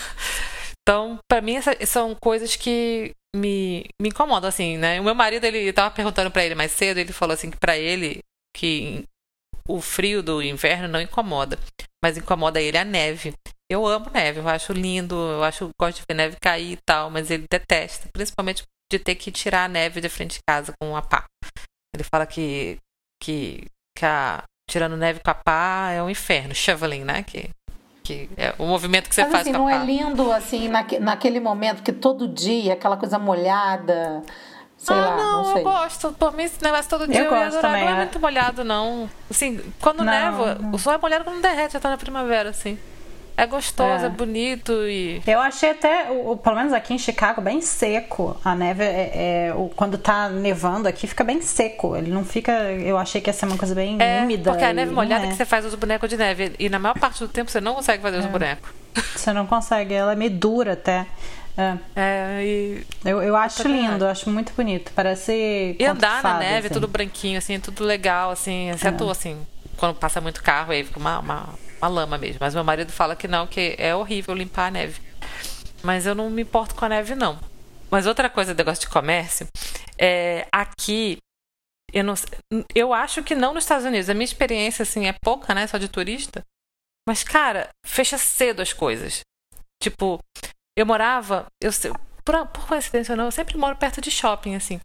Então, pra mim, essas são coisas que me, me incomodam, assim, né? O meu marido, ele tava perguntando pra ele mais cedo, ele falou assim que pra ele, que o frio do inverno não incomoda, mas incomoda ele a neve. Eu amo neve, eu acho lindo, eu acho, gosto de ver neve cair e tal, mas ele detesta, principalmente de ter que tirar a neve de frente de casa com a pá. Ele fala que, que, que a, tirando neve com a pá é um inferno, shoveling, né? Que, que é o movimento que você Mas faz assim, com não a pá. é lindo, assim, naque, naquele momento que todo dia, aquela coisa molhada, sei ah, lá, não, não sei. eu gosto. Por mim, esse negócio todo dia Eu eu, gosto ia adorar. também, Não é é. muito molhado, não. Assim, quando Não, neva, não. o sol é molhado quando derrete, já tá na primavera, assim. É gostoso, é, É. bonito e... Eu achei até, o, o- pelo menos aqui em Chicago, bem seco. A neve, é, é, o- quando tá nevando aqui, fica bem seco. Ele não fica. Eu achei que ia ser uma coisa bem É, úmida. porque a e neve não molhada é. que você faz os bonecos de neve. E na maior parte do tempo você não consegue fazer os bonecos. Você não consegue, ela é meio dura até. É. É, e... Eu, eu acho Também lindo, acho. eu acho muito bonito. Parece. E conto de andar na fada, neve, assim. tudo branquinho, assim, tudo legal, assim. Exceto, assim, quando passa muito carro, aí fica uma, uma, uma lama mesmo. Mas meu marido fala que não, que é horrível limpar a neve. Mas eu não me importo com a neve, não. Mas outra coisa do negócio de comércio, é, aqui, eu, não, eu acho que não nos Estados Unidos. A minha experiência, assim, é pouca, né? Só de turista. Mas, cara, fecha cedo as coisas. Tipo, eu morava... Eu, por, por coincidência ou não, eu sempre moro perto de shopping, assim.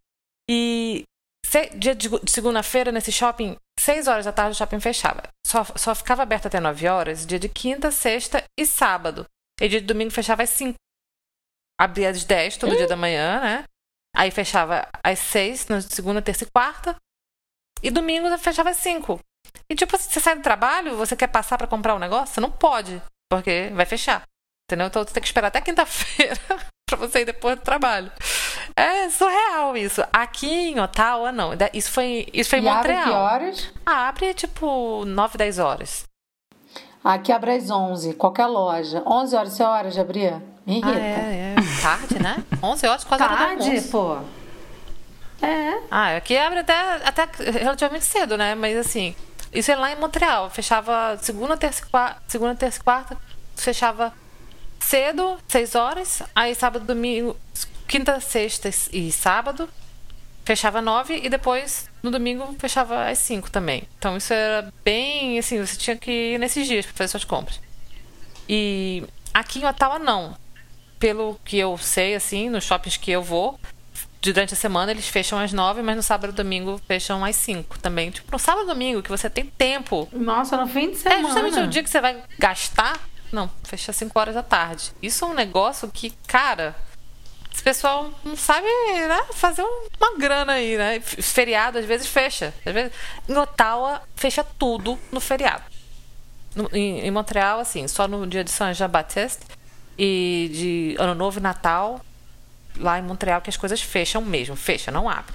E se, dia de, de segunda-feira, nesse shopping, seis horas da tarde o shopping fechava. Só, só ficava aberto até nove horas, dia de quinta, sexta e sábado. E dia de domingo fechava às cinco. Abria às dez, todo dia da manhã, né? Aí fechava às seis, na segunda, terça e quarta. E domingo fechava às cinco. E tipo, você sai do trabalho, você quer passar pra comprar um negócio? Você não pode, porque vai fechar. Entendeu? Então você tem que esperar até quinta-feira pra você ir depois do trabalho. É surreal isso. Aqui em Ottawa, não. Isso foi, isso foi em e Montreal. Abre que horas? Ah, abre tipo nove, dez horas. Aqui abre às onze, qualquer loja. onze horas, isso é hora de abrir? Me irrita. Ah, é, é. Tarde, né? onze horas, quase hora do almoço. Tarde, pô. É. Ah, aqui abre até, até relativamente cedo, né? Mas assim, isso é lá em Montreal. Fechava segunda, terça e quarta, segunda, terça e quarta, fechava cedo, seis horas. Aí sábado, domingo, quinta, sexta e sábado, fechava nove. E depois, no domingo, fechava às cinco também. Então isso era bem, assim, você tinha que ir nesses dias para fazer suas compras. E aqui em Ottawa, não. Pelo que eu sei, assim, nos shoppings que eu vou, durante a semana eles fecham às nove, mas no sábado e domingo fecham às cinco também. Tipo, no sábado e domingo, que você tem tempo. Nossa, no fim de É semana. justamente o dia que você vai gastar. Não, fecha às cinco horas da tarde. Isso é um negócio que, cara, esse pessoal não sabe, né, fazer uma grana aí, né? Feriado, às vezes, fecha. Às vezes, em Ottawa, fecha tudo no feriado. No, em, em Montreal, assim, só no dia de Saint Jean-Baptiste e de Ano Novo e Natal, lá em Montreal, que as coisas fecham mesmo. Fecha, não abre.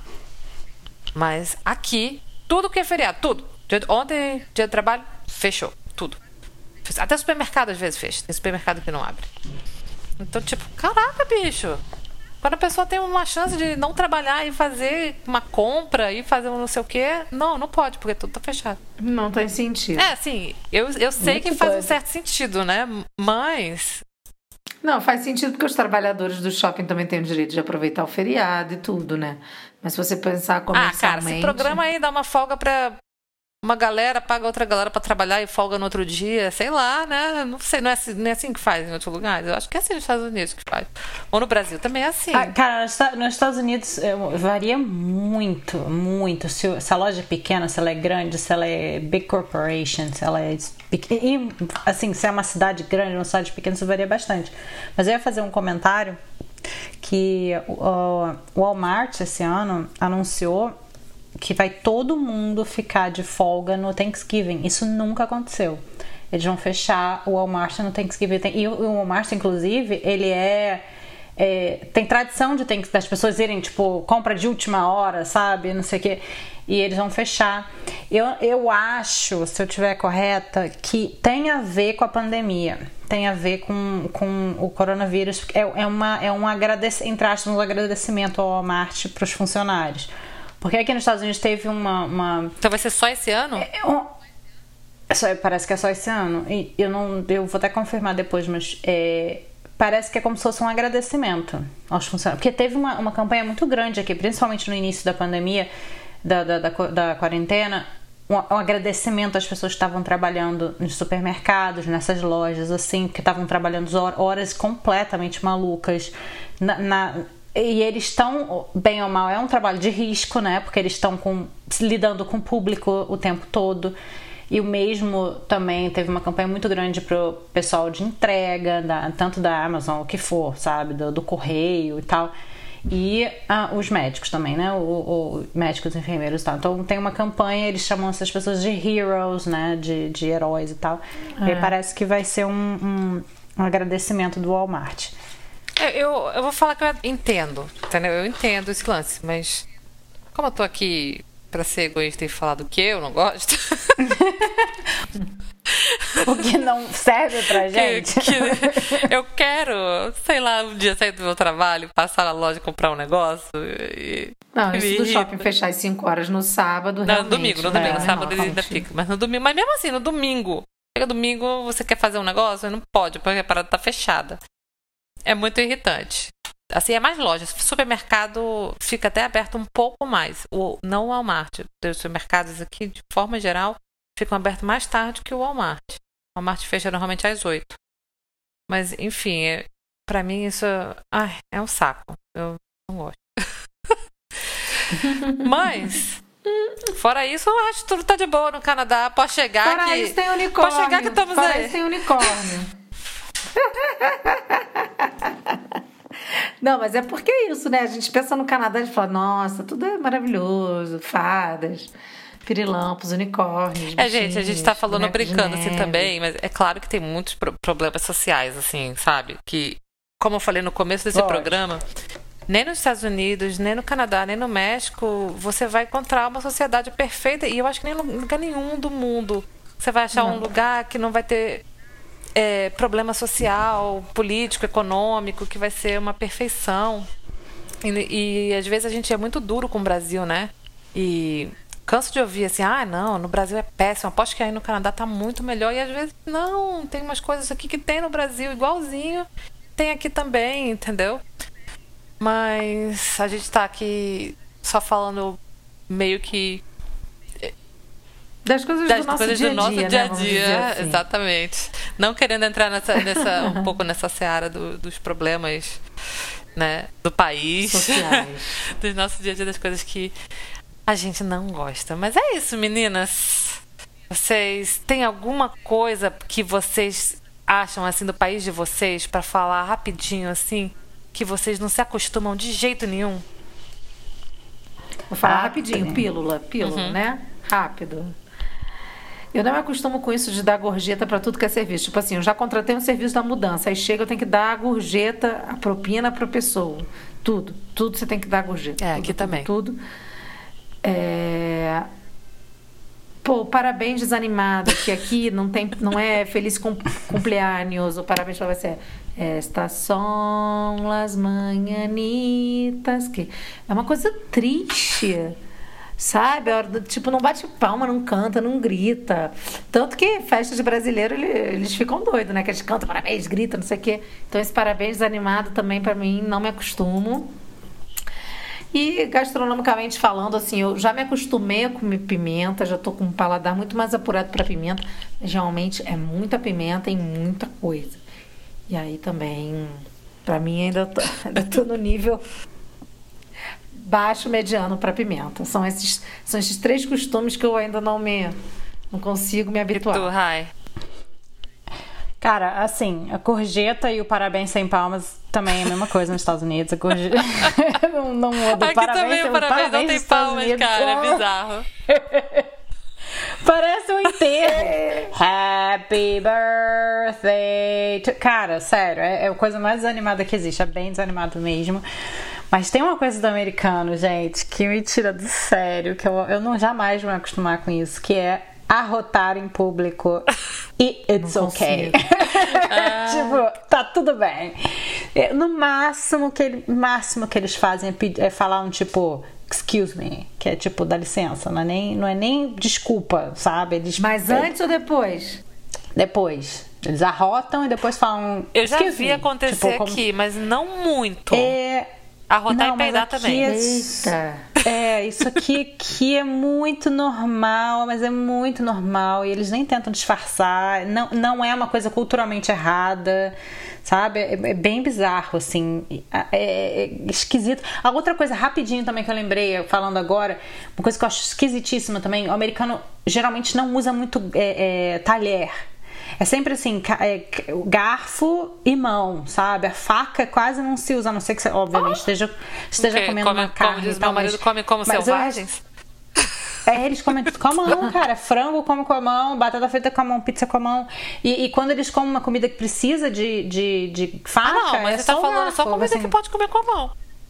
Mas aqui, tudo que é feriado, tudo. Dia, ontem, dia de trabalho, fechou. Tudo. Até supermercado às vezes fecha. Tem supermercado que não abre. Então, tipo, caraca, bicho. Quando a pessoa tem uma chance de não trabalhar e fazer uma compra e fazer um não sei o quê, não, não pode, porque tudo tá fechado. Não tem sentido. É, assim, eu, eu sei Muito que faz doido. um certo sentido, né? Mas... Não, faz sentido porque os trabalhadores do shopping também têm o direito de aproveitar o feriado e tudo, né? Mas se você pensar Ah, comercialmente... cara, esse programa aí dá uma folga pra uma galera, paga outra galera pra trabalhar e folga no outro dia, sei lá, né? Não sei, não é assim, não é assim que faz em outros lugares. Eu acho que é assim nos Estados Unidos que faz. Ou no Brasil também é assim. Ah, cara, nos Esta- nos Estados Unidos é, varia muito, muito. Se, o- se a loja é pequena, se ela é grande, se ela é big corporation, se ela é... pequ- E, assim, se é uma cidade grande, uma cidade pequena, isso varia bastante. Mas eu ia fazer um comentário que o o Walmart esse ano anunciou que vai todo mundo ficar de folga no Thanksgiving. Isso nunca aconteceu. Eles vão fechar o Walmart no Thanksgiving. Tem- E o o Walmart, inclusive, ele é... é, tem tradição de tem, das pessoas irem, tipo, compra de última hora, sabe? Não sei o quê. E eles vão fechar. Eu, eu acho, se eu estiver correta, que tem a ver com a pandemia. Tem a ver com, com o coronavírus. É, é, uma, é um agradecimento, entre aspas, um agradecimento ao Walmart para os funcionários. Porque aqui nos Estados Unidos teve uma... uma Então vai ser só esse ano? é um- é só- parece que é só esse ano. E eu, não, eu vou até confirmar depois, mas é, parece que é como se fosse um agradecimento aos funcionários. Porque teve uma, uma campanha muito grande aqui, principalmente no início da pandemia, da, da, da, co- da quarentena, um, um agradecimento às pessoas que estavam trabalhando nos supermercados, nessas lojas, assim, que estavam trabalhando hor- horas completamente malucas. Na, na- e eles estão, bem ou mal, é um trabalho de risco, né? Porque eles estão com, lidando com o público o tempo todo. E o mesmo também teve uma campanha muito grande pro pessoal de entrega, da, tanto da Amazon, o que for, sabe? Do, do correio e tal. E ah, os médicos também, né? O, o, médicos, enfermeiros e tal. Então tem uma campanha, eles chamam essas pessoas de heroes, né? De, de heróis e tal. É. E parece que vai ser um, um, um agradecimento do Walmart. Eu, eu, eu vou falar que eu entendo, entendeu? Eu entendo esse lance, mas como eu tô aqui pra ser egoísta e falar do que eu não gosto, O que não serve pra que, gente. que eu quero, sei lá, um dia sair do meu trabalho, passar na loja e comprar um negócio. E, Não, e isso me do irrita. shopping fechar às cinco horas no sábado, Não, realmente, no domingo, no né? domingo, no sábado Não, ele ainda realmente. fica. Mas no domingo, mas mesmo assim, no domingo, chega domingo, você quer fazer um negócio, não pode, porque a parada tá fechada. É muito irritante. Assim, é mais lojas. Supermercado fica até aberto um pouco mais. O, não o Walmart. Os supermercados aqui, de forma geral, ficam abertos mais tarde que o Walmart. O Walmart fecha normalmente às oito. Mas, enfim, é, pra mim isso ai, é um saco. Eu não gosto. Mas, fora isso, eu acho que tudo tá de boa no Canadá. Pode chegar Fora que... isso tem unicórnio. Pode chegar que estamos Fora aí. isso tem unicórnio. Não, mas é porque é isso, né? A gente pensa no Canadá e fala, nossa, tudo é maravilhoso, fadas, pirilampos, unicórnios. É, gente, a gente tá falando brincando assim neve. também, mas é claro que tem muitos pro- problemas sociais, assim, sabe? Que, como eu falei no começo desse Lógico. programa, nem nos Estados Unidos, nem no Canadá, nem no México, você vai encontrar uma sociedade perfeita. E eu acho que nem em lugar nenhum do mundo você vai achar Não. um lugar que não vai ter é, problema social, político, econômico, que vai ser uma perfeição. E, e às vezes a gente é muito duro com o Brasil, né? E canso de ouvir assim, ah, não, no Brasil é péssimo, aposto que aí no Canadá tá muito melhor. E às vezes, não, tem umas coisas aqui que tem no Brasil igualzinho, tem aqui também, entendeu? Mas a gente tá aqui só falando meio que Das coisas das do nosso coisas dia do a nosso dia, dia a né? Vamos dia, dizer assim. exatamente. Não querendo entrar nessa, nessa um pouco nessa seara do- dos problemas, né, do país, Sociais. dos nossos dia a dia, das coisas que a gente não gosta. Mas é isso, meninas. Vocês têm alguma coisa que vocês acham assim do país de vocês pra falar rapidinho assim, que vocês não se acostumam de jeito nenhum? Vou falar Ah, rapidinho, tem. pílula, pílula, né? Rápido. Eu não me acostumo com isso de dar gorjeta para tudo que é serviço. Tipo assim, eu já contratei um serviço da mudança, aí chega, eu tenho que dar a gorjeta, a propina para a pessoa. Tudo, tudo você tem que dar a gorjeta. É, tudo, aqui tudo, também. Tudo. É... Pô, parabéns desanimada, que aqui não tem, não é feliz cum- cumpleaños, ou parabéns para você. Estas são las manhanitas, que é uma coisa triste. Sabe? A hora do- tipo, não bate palma, não canta, não grita. Tanto que festa de brasileiro, ele- eles ficam doidos, né? Que eles cantam parabéns, gritam, não sei o quê. Então, esse parabéns desanimado também, pra mim, não me acostumo. E, gastronomicamente falando, assim, eu já me acostumei a comer pimenta, já tô com um paladar muito mais apurado pra pimenta. Mas, realmente, é muita pimenta em muita coisa. E aí, também, pra mim, ainda tô, ainda tô no nível baixo, mediano para pimenta. São esses, são esses três costumes que eu ainda não me não consigo me E habituar. tu, Rai? Cara, assim, a gorjeta e o parabéns sem palmas também é a mesma coisa nos Estados Unidos. A gorjeta não, não muda. Aqui Parabéns, também o o parabéns não nos tem Estados palmas, Unidos. cara, é Ah, bizarro. Parece um enterro. Happy birthday to... Cara, sério, é, é a coisa mais desanimada que existe. É bem desanimado mesmo. Mas tem uma coisa do americano, gente, que me tira do sério, que eu, eu não jamais vou me acostumar com isso, que é arrotar em público e it's Não okay. consigo. Tipo, tá tudo bem. É, No máximo que, ele, máximo que eles fazem é, pedi- é falar um tipo excuse me, que é tipo, dá licença, não é nem, não é nem desculpa, sabe? Eles, Mas é, antes ou depois? depois. Eles arrotam e depois falam Eu já excuse vi me. acontecer Tipo, como- aqui, mas não muito. É, Arrotar não, e mas peidar aqui também. é- Eita. É, isso aqui, aqui é muito normal, mas é muito normal e eles nem tentam disfarçar. Não, não é uma coisa culturalmente errada, sabe? É, é bem bizarro, assim. É, é esquisito. A outra coisa, rapidinho também que eu lembrei, falando agora, uma coisa que eu acho esquisitíssima também: o americano geralmente não usa muito é, é, talher. É sempre assim, ca- é, garfo e mão, sabe? A faca quase não se usa, a não ser que você, obviamente, esteja, esteja Porque comendo come, uma carne. como diz e tal, meu marido, mas- come como mas eu acho- selvagens. É, eles comem tudo com a mão, cara. Frango come com a mão, batata frita com a mão, pizza com a mão. E, e quando eles comem uma comida que precisa de, de, de faca, Ah, não, mas é você tá só o falando só garfo, comida assim. que pode comer com a mão.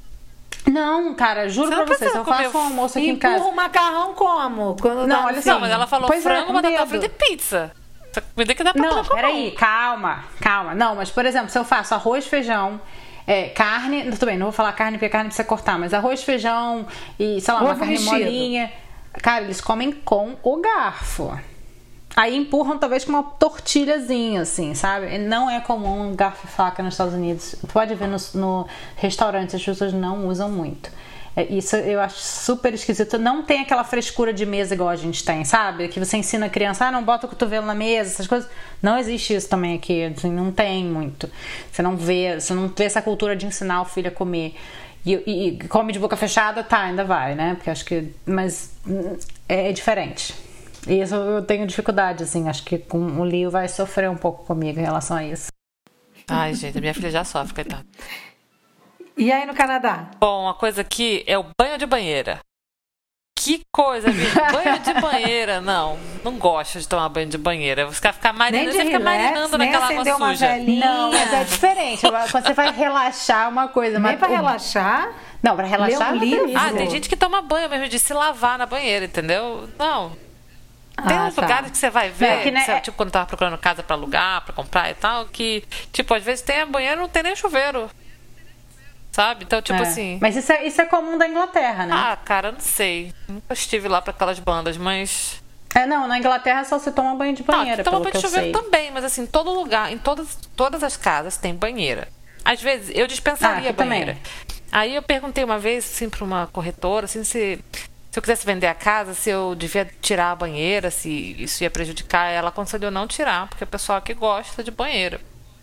Não, cara, juro Você pra não vocês, precisa eu faço comer- um almoço aqui em Empurra casa. o macarrão como? Quando Não, dá olha assim. só, Não, mas ela falou Pois é, frango, com batata dedo. frita e pizza. Essa comida que dá pra Não, comer com a mão. peraí, calma, calma. Não, mas por exemplo, se eu faço arroz, feijão, é, carne, tudo bem, não vou falar carne porque carne precisa cortar, mas arroz, feijão e, sei lá, uma Ovo carne mexido. molinha. Cara, eles comem com o garfo. Aí empurram talvez com uma tortilhazinha, assim, sabe? Não é comum um garfo e faca nos Estados Unidos. Pode ver no, no restaurante, as pessoas não usam muito. É, isso eu acho super esquisito. Não tem aquela frescura de mesa igual a gente tem, sabe? Que você ensina a criança, ah, não bota o cotovelo na mesa, essas coisas. Não existe isso também aqui, assim, não tem muito. Você não vê, você não vê essa cultura de ensinar o filho a comer. E, e, e come de boca fechada, tá, ainda vai, né? Porque acho que... Mas hum, é, é diferente. E isso eu tenho dificuldade, assim. Acho que com o Leo vai sofrer um pouco comigo em relação a isso. Ai, gente, a minha filha já sofre, coitada. E aí no Canadá? Bom, uma coisa aqui é o banho de banheira. Que coisa, amigo. Banho de banheira, não. Não gosto de tomar banho de banheira. Você ficar marinando, você fica marinando naquela água uma suja. Velhinha. Não, mas é diferente. Quando você vai relaxar, uma coisa. Nem mas pra relaxar? Não, pra relaxar Ler um é livro. livro. Ah, tem gente que toma banho mesmo de se lavar na banheira, entendeu? Não. Tem Ah, uns tá. lugares que você vai ver, É que, né, você, é- tipo, quando tava procurando casa pra alugar, pra comprar e tal, que, tipo, às vezes tem a banheira e não tem nem chuveiro. Sabe? Então, tipo É. assim. Mas isso é, isso é comum da Inglaterra, né? Ah, cara, não sei. Nunca estive lá pra aquelas bandas, mas. É, não, na Inglaterra só se toma banho de banheira, Não, toma pelo banho que de eu chuveiro sei. também, mas assim, todo lugar, em todas, todas as casas tem banheira. Às vezes eu Ah, dispensaria aqui a banheira. também. Aí eu perguntei uma vez, assim, pra uma corretora, assim, se, se eu quisesse vender a casa, se eu devia tirar a banheira, se isso ia prejudicar. Ela aconselhou não tirar, porque o pessoal aqui gosta de banheira.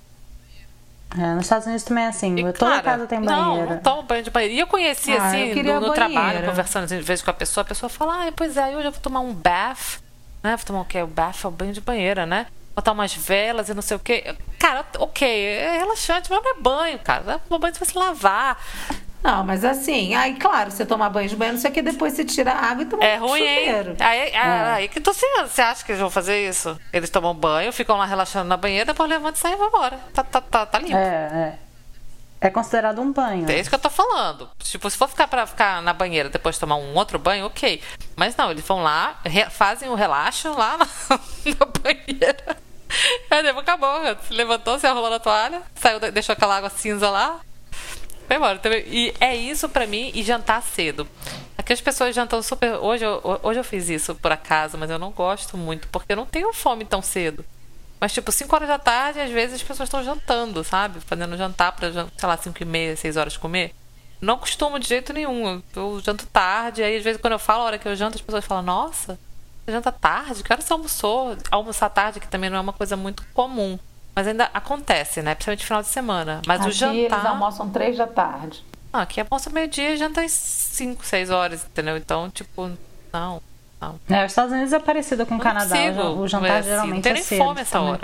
É, nos Estados Unidos também é assim, E, toda cara, casa tem Não, banheira. não tomo banho de banheira. E eu conheci, Ah, assim, eu queria no, no banheira. trabalho, conversando assim, às vezes com a pessoa, a pessoa fala, ah, pois é, hoje eu vou tomar um bath, né? Vou tomar o quê? O bath é o banho de banheira, né? Botar umas velas e não sei o quê. Cara, ok, é relaxante, mas não é banho, cara. É banho pra se lavar. Não, mas assim, aí claro, você tomar banho de banho, não sei o que, depois você tira a água e toma É um ruim, hein? chuveiro. Aí, É. aí, aí que tu se, você acha que eles vão fazer isso? Eles tomam banho, ficam lá relaxando na banheira, depois levantam e saem e vão embora. Tá, tá, tá, tá limpo. É, é. É considerado um banho. É isso que eu tô falando. Tipo, se for ficar pra ficar na banheira depois tomar um outro banho, ok. Mas não, eles vão lá, re- fazem o relaxo lá na, na banheira. Aí depois acabou. Se levantou, se arrolou na toalha, saiu, deixou aquela água cinza lá. Foi embora. Também. E é isso pra mim e jantar cedo. Aqui as pessoas jantam super. Hoje eu, hoje eu fiz isso por acaso, mas eu não gosto muito, porque eu não tenho fome tão cedo. Mas, tipo, cinco horas da tarde, às vezes as pessoas estão jantando, sabe? Fazendo jantar pra, jan- sei lá, cinco e meia, seis horas comer. Não costumo de jeito nenhum. Eu, eu janto tarde, aí às vezes quando eu falo a hora que eu janto, as pessoas falam, nossa, você janta tarde? Que hora você almoçou? Almoçar tarde, que também não é uma coisa muito comum. Mas ainda acontece, né? Principalmente no final de semana. Mas o Aqui eles jantar... almoçam três da tarde. Ah, aqui almoça meio-dia e janta às cinco, seis horas, entendeu? Então, tipo, não, não. É, os Estados Unidos é parecido com o Não Canadá. consigo, O jantar mas, assim, geralmente não tem é nem cedo fome essa também. hora.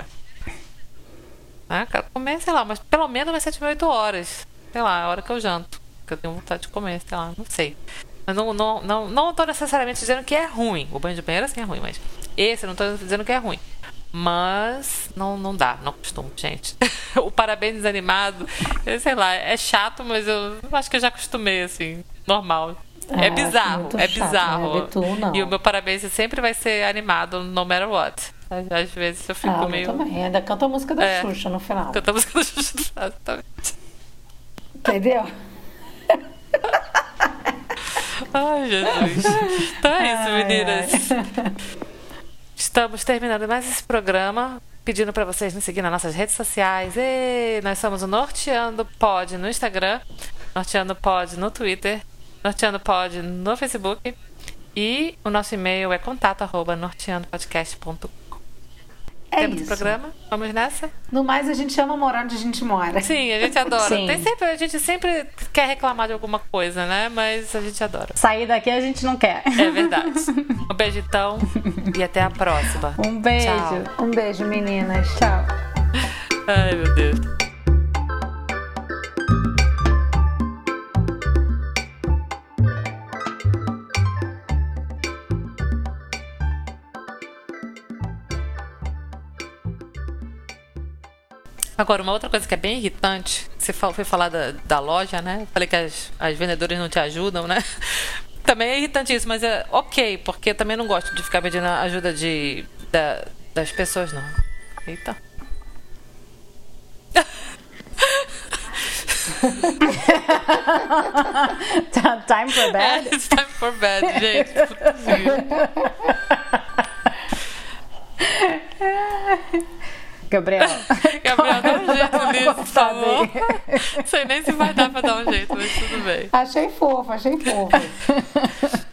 Ah, quero comer, sei lá, mas pelo menos vai sete, oito horas. Sei lá, a hora que eu janto. Que eu tenho vontade de comer, sei lá, não sei. Mas não, não, não, não tô necessariamente dizendo que é ruim. O banho de banheiro sim é ruim, mas esse eu não tô dizendo que é ruim. Mas não, não dá, não costumo, gente. O parabéns desanimado, eu sei lá, é chato, mas eu acho que eu já acostumei, assim, normal. É, É, bizarro, muito é chato, bizarro. né? Betu, não. E o meu parabéns sempre vai ser animado, no matter what. Às- Às vezes eu fico Ah, eu meio. também. Ainda canta a música da É. Xuxa no final. Cantamos com exatamente. Entendeu? Ai, Jesus. Então é isso, Ai, meninas. Estamos terminando mais esse programa, pedindo para vocês nos seguir nas nossas redes sociais. E nós somos o Norteando Pod no Instagram, Norteando Pod no Twitter, Norteando Pod no Facebook e o nosso e-mail é contato arroba norteandopodcast ponto com. É Temos o isso. programa? Vamos nessa? No mais, a gente ama morar onde a gente mora. Sim, a gente adora. Sim. Tem sempre, a gente sempre quer reclamar de alguma coisa, né? Mas a gente adora. Sair daqui a gente não quer. É verdade. Um beijo então e até a próxima. Um beijo. Tchau. Um beijo, meninas. Tchau. Ai, meu Deus. Agora, uma outra coisa que é bem irritante, você fal- foi falar da, da loja, né? Eu falei que as, as vendedoras não te ajudam, né? Também é irritante isso, mas é ok, porque eu também não gosto de ficar pedindo a ajuda de, da- das pessoas, não. Eita. Time for bed? É, it's time for bed, gente. Gabriel. Gabriel, dá um jeito Vamos nisso, por cortar favor. daí. Sei nem se vai dar pra dar um jeito, mas tudo bem. Achei fofo, achei fofo.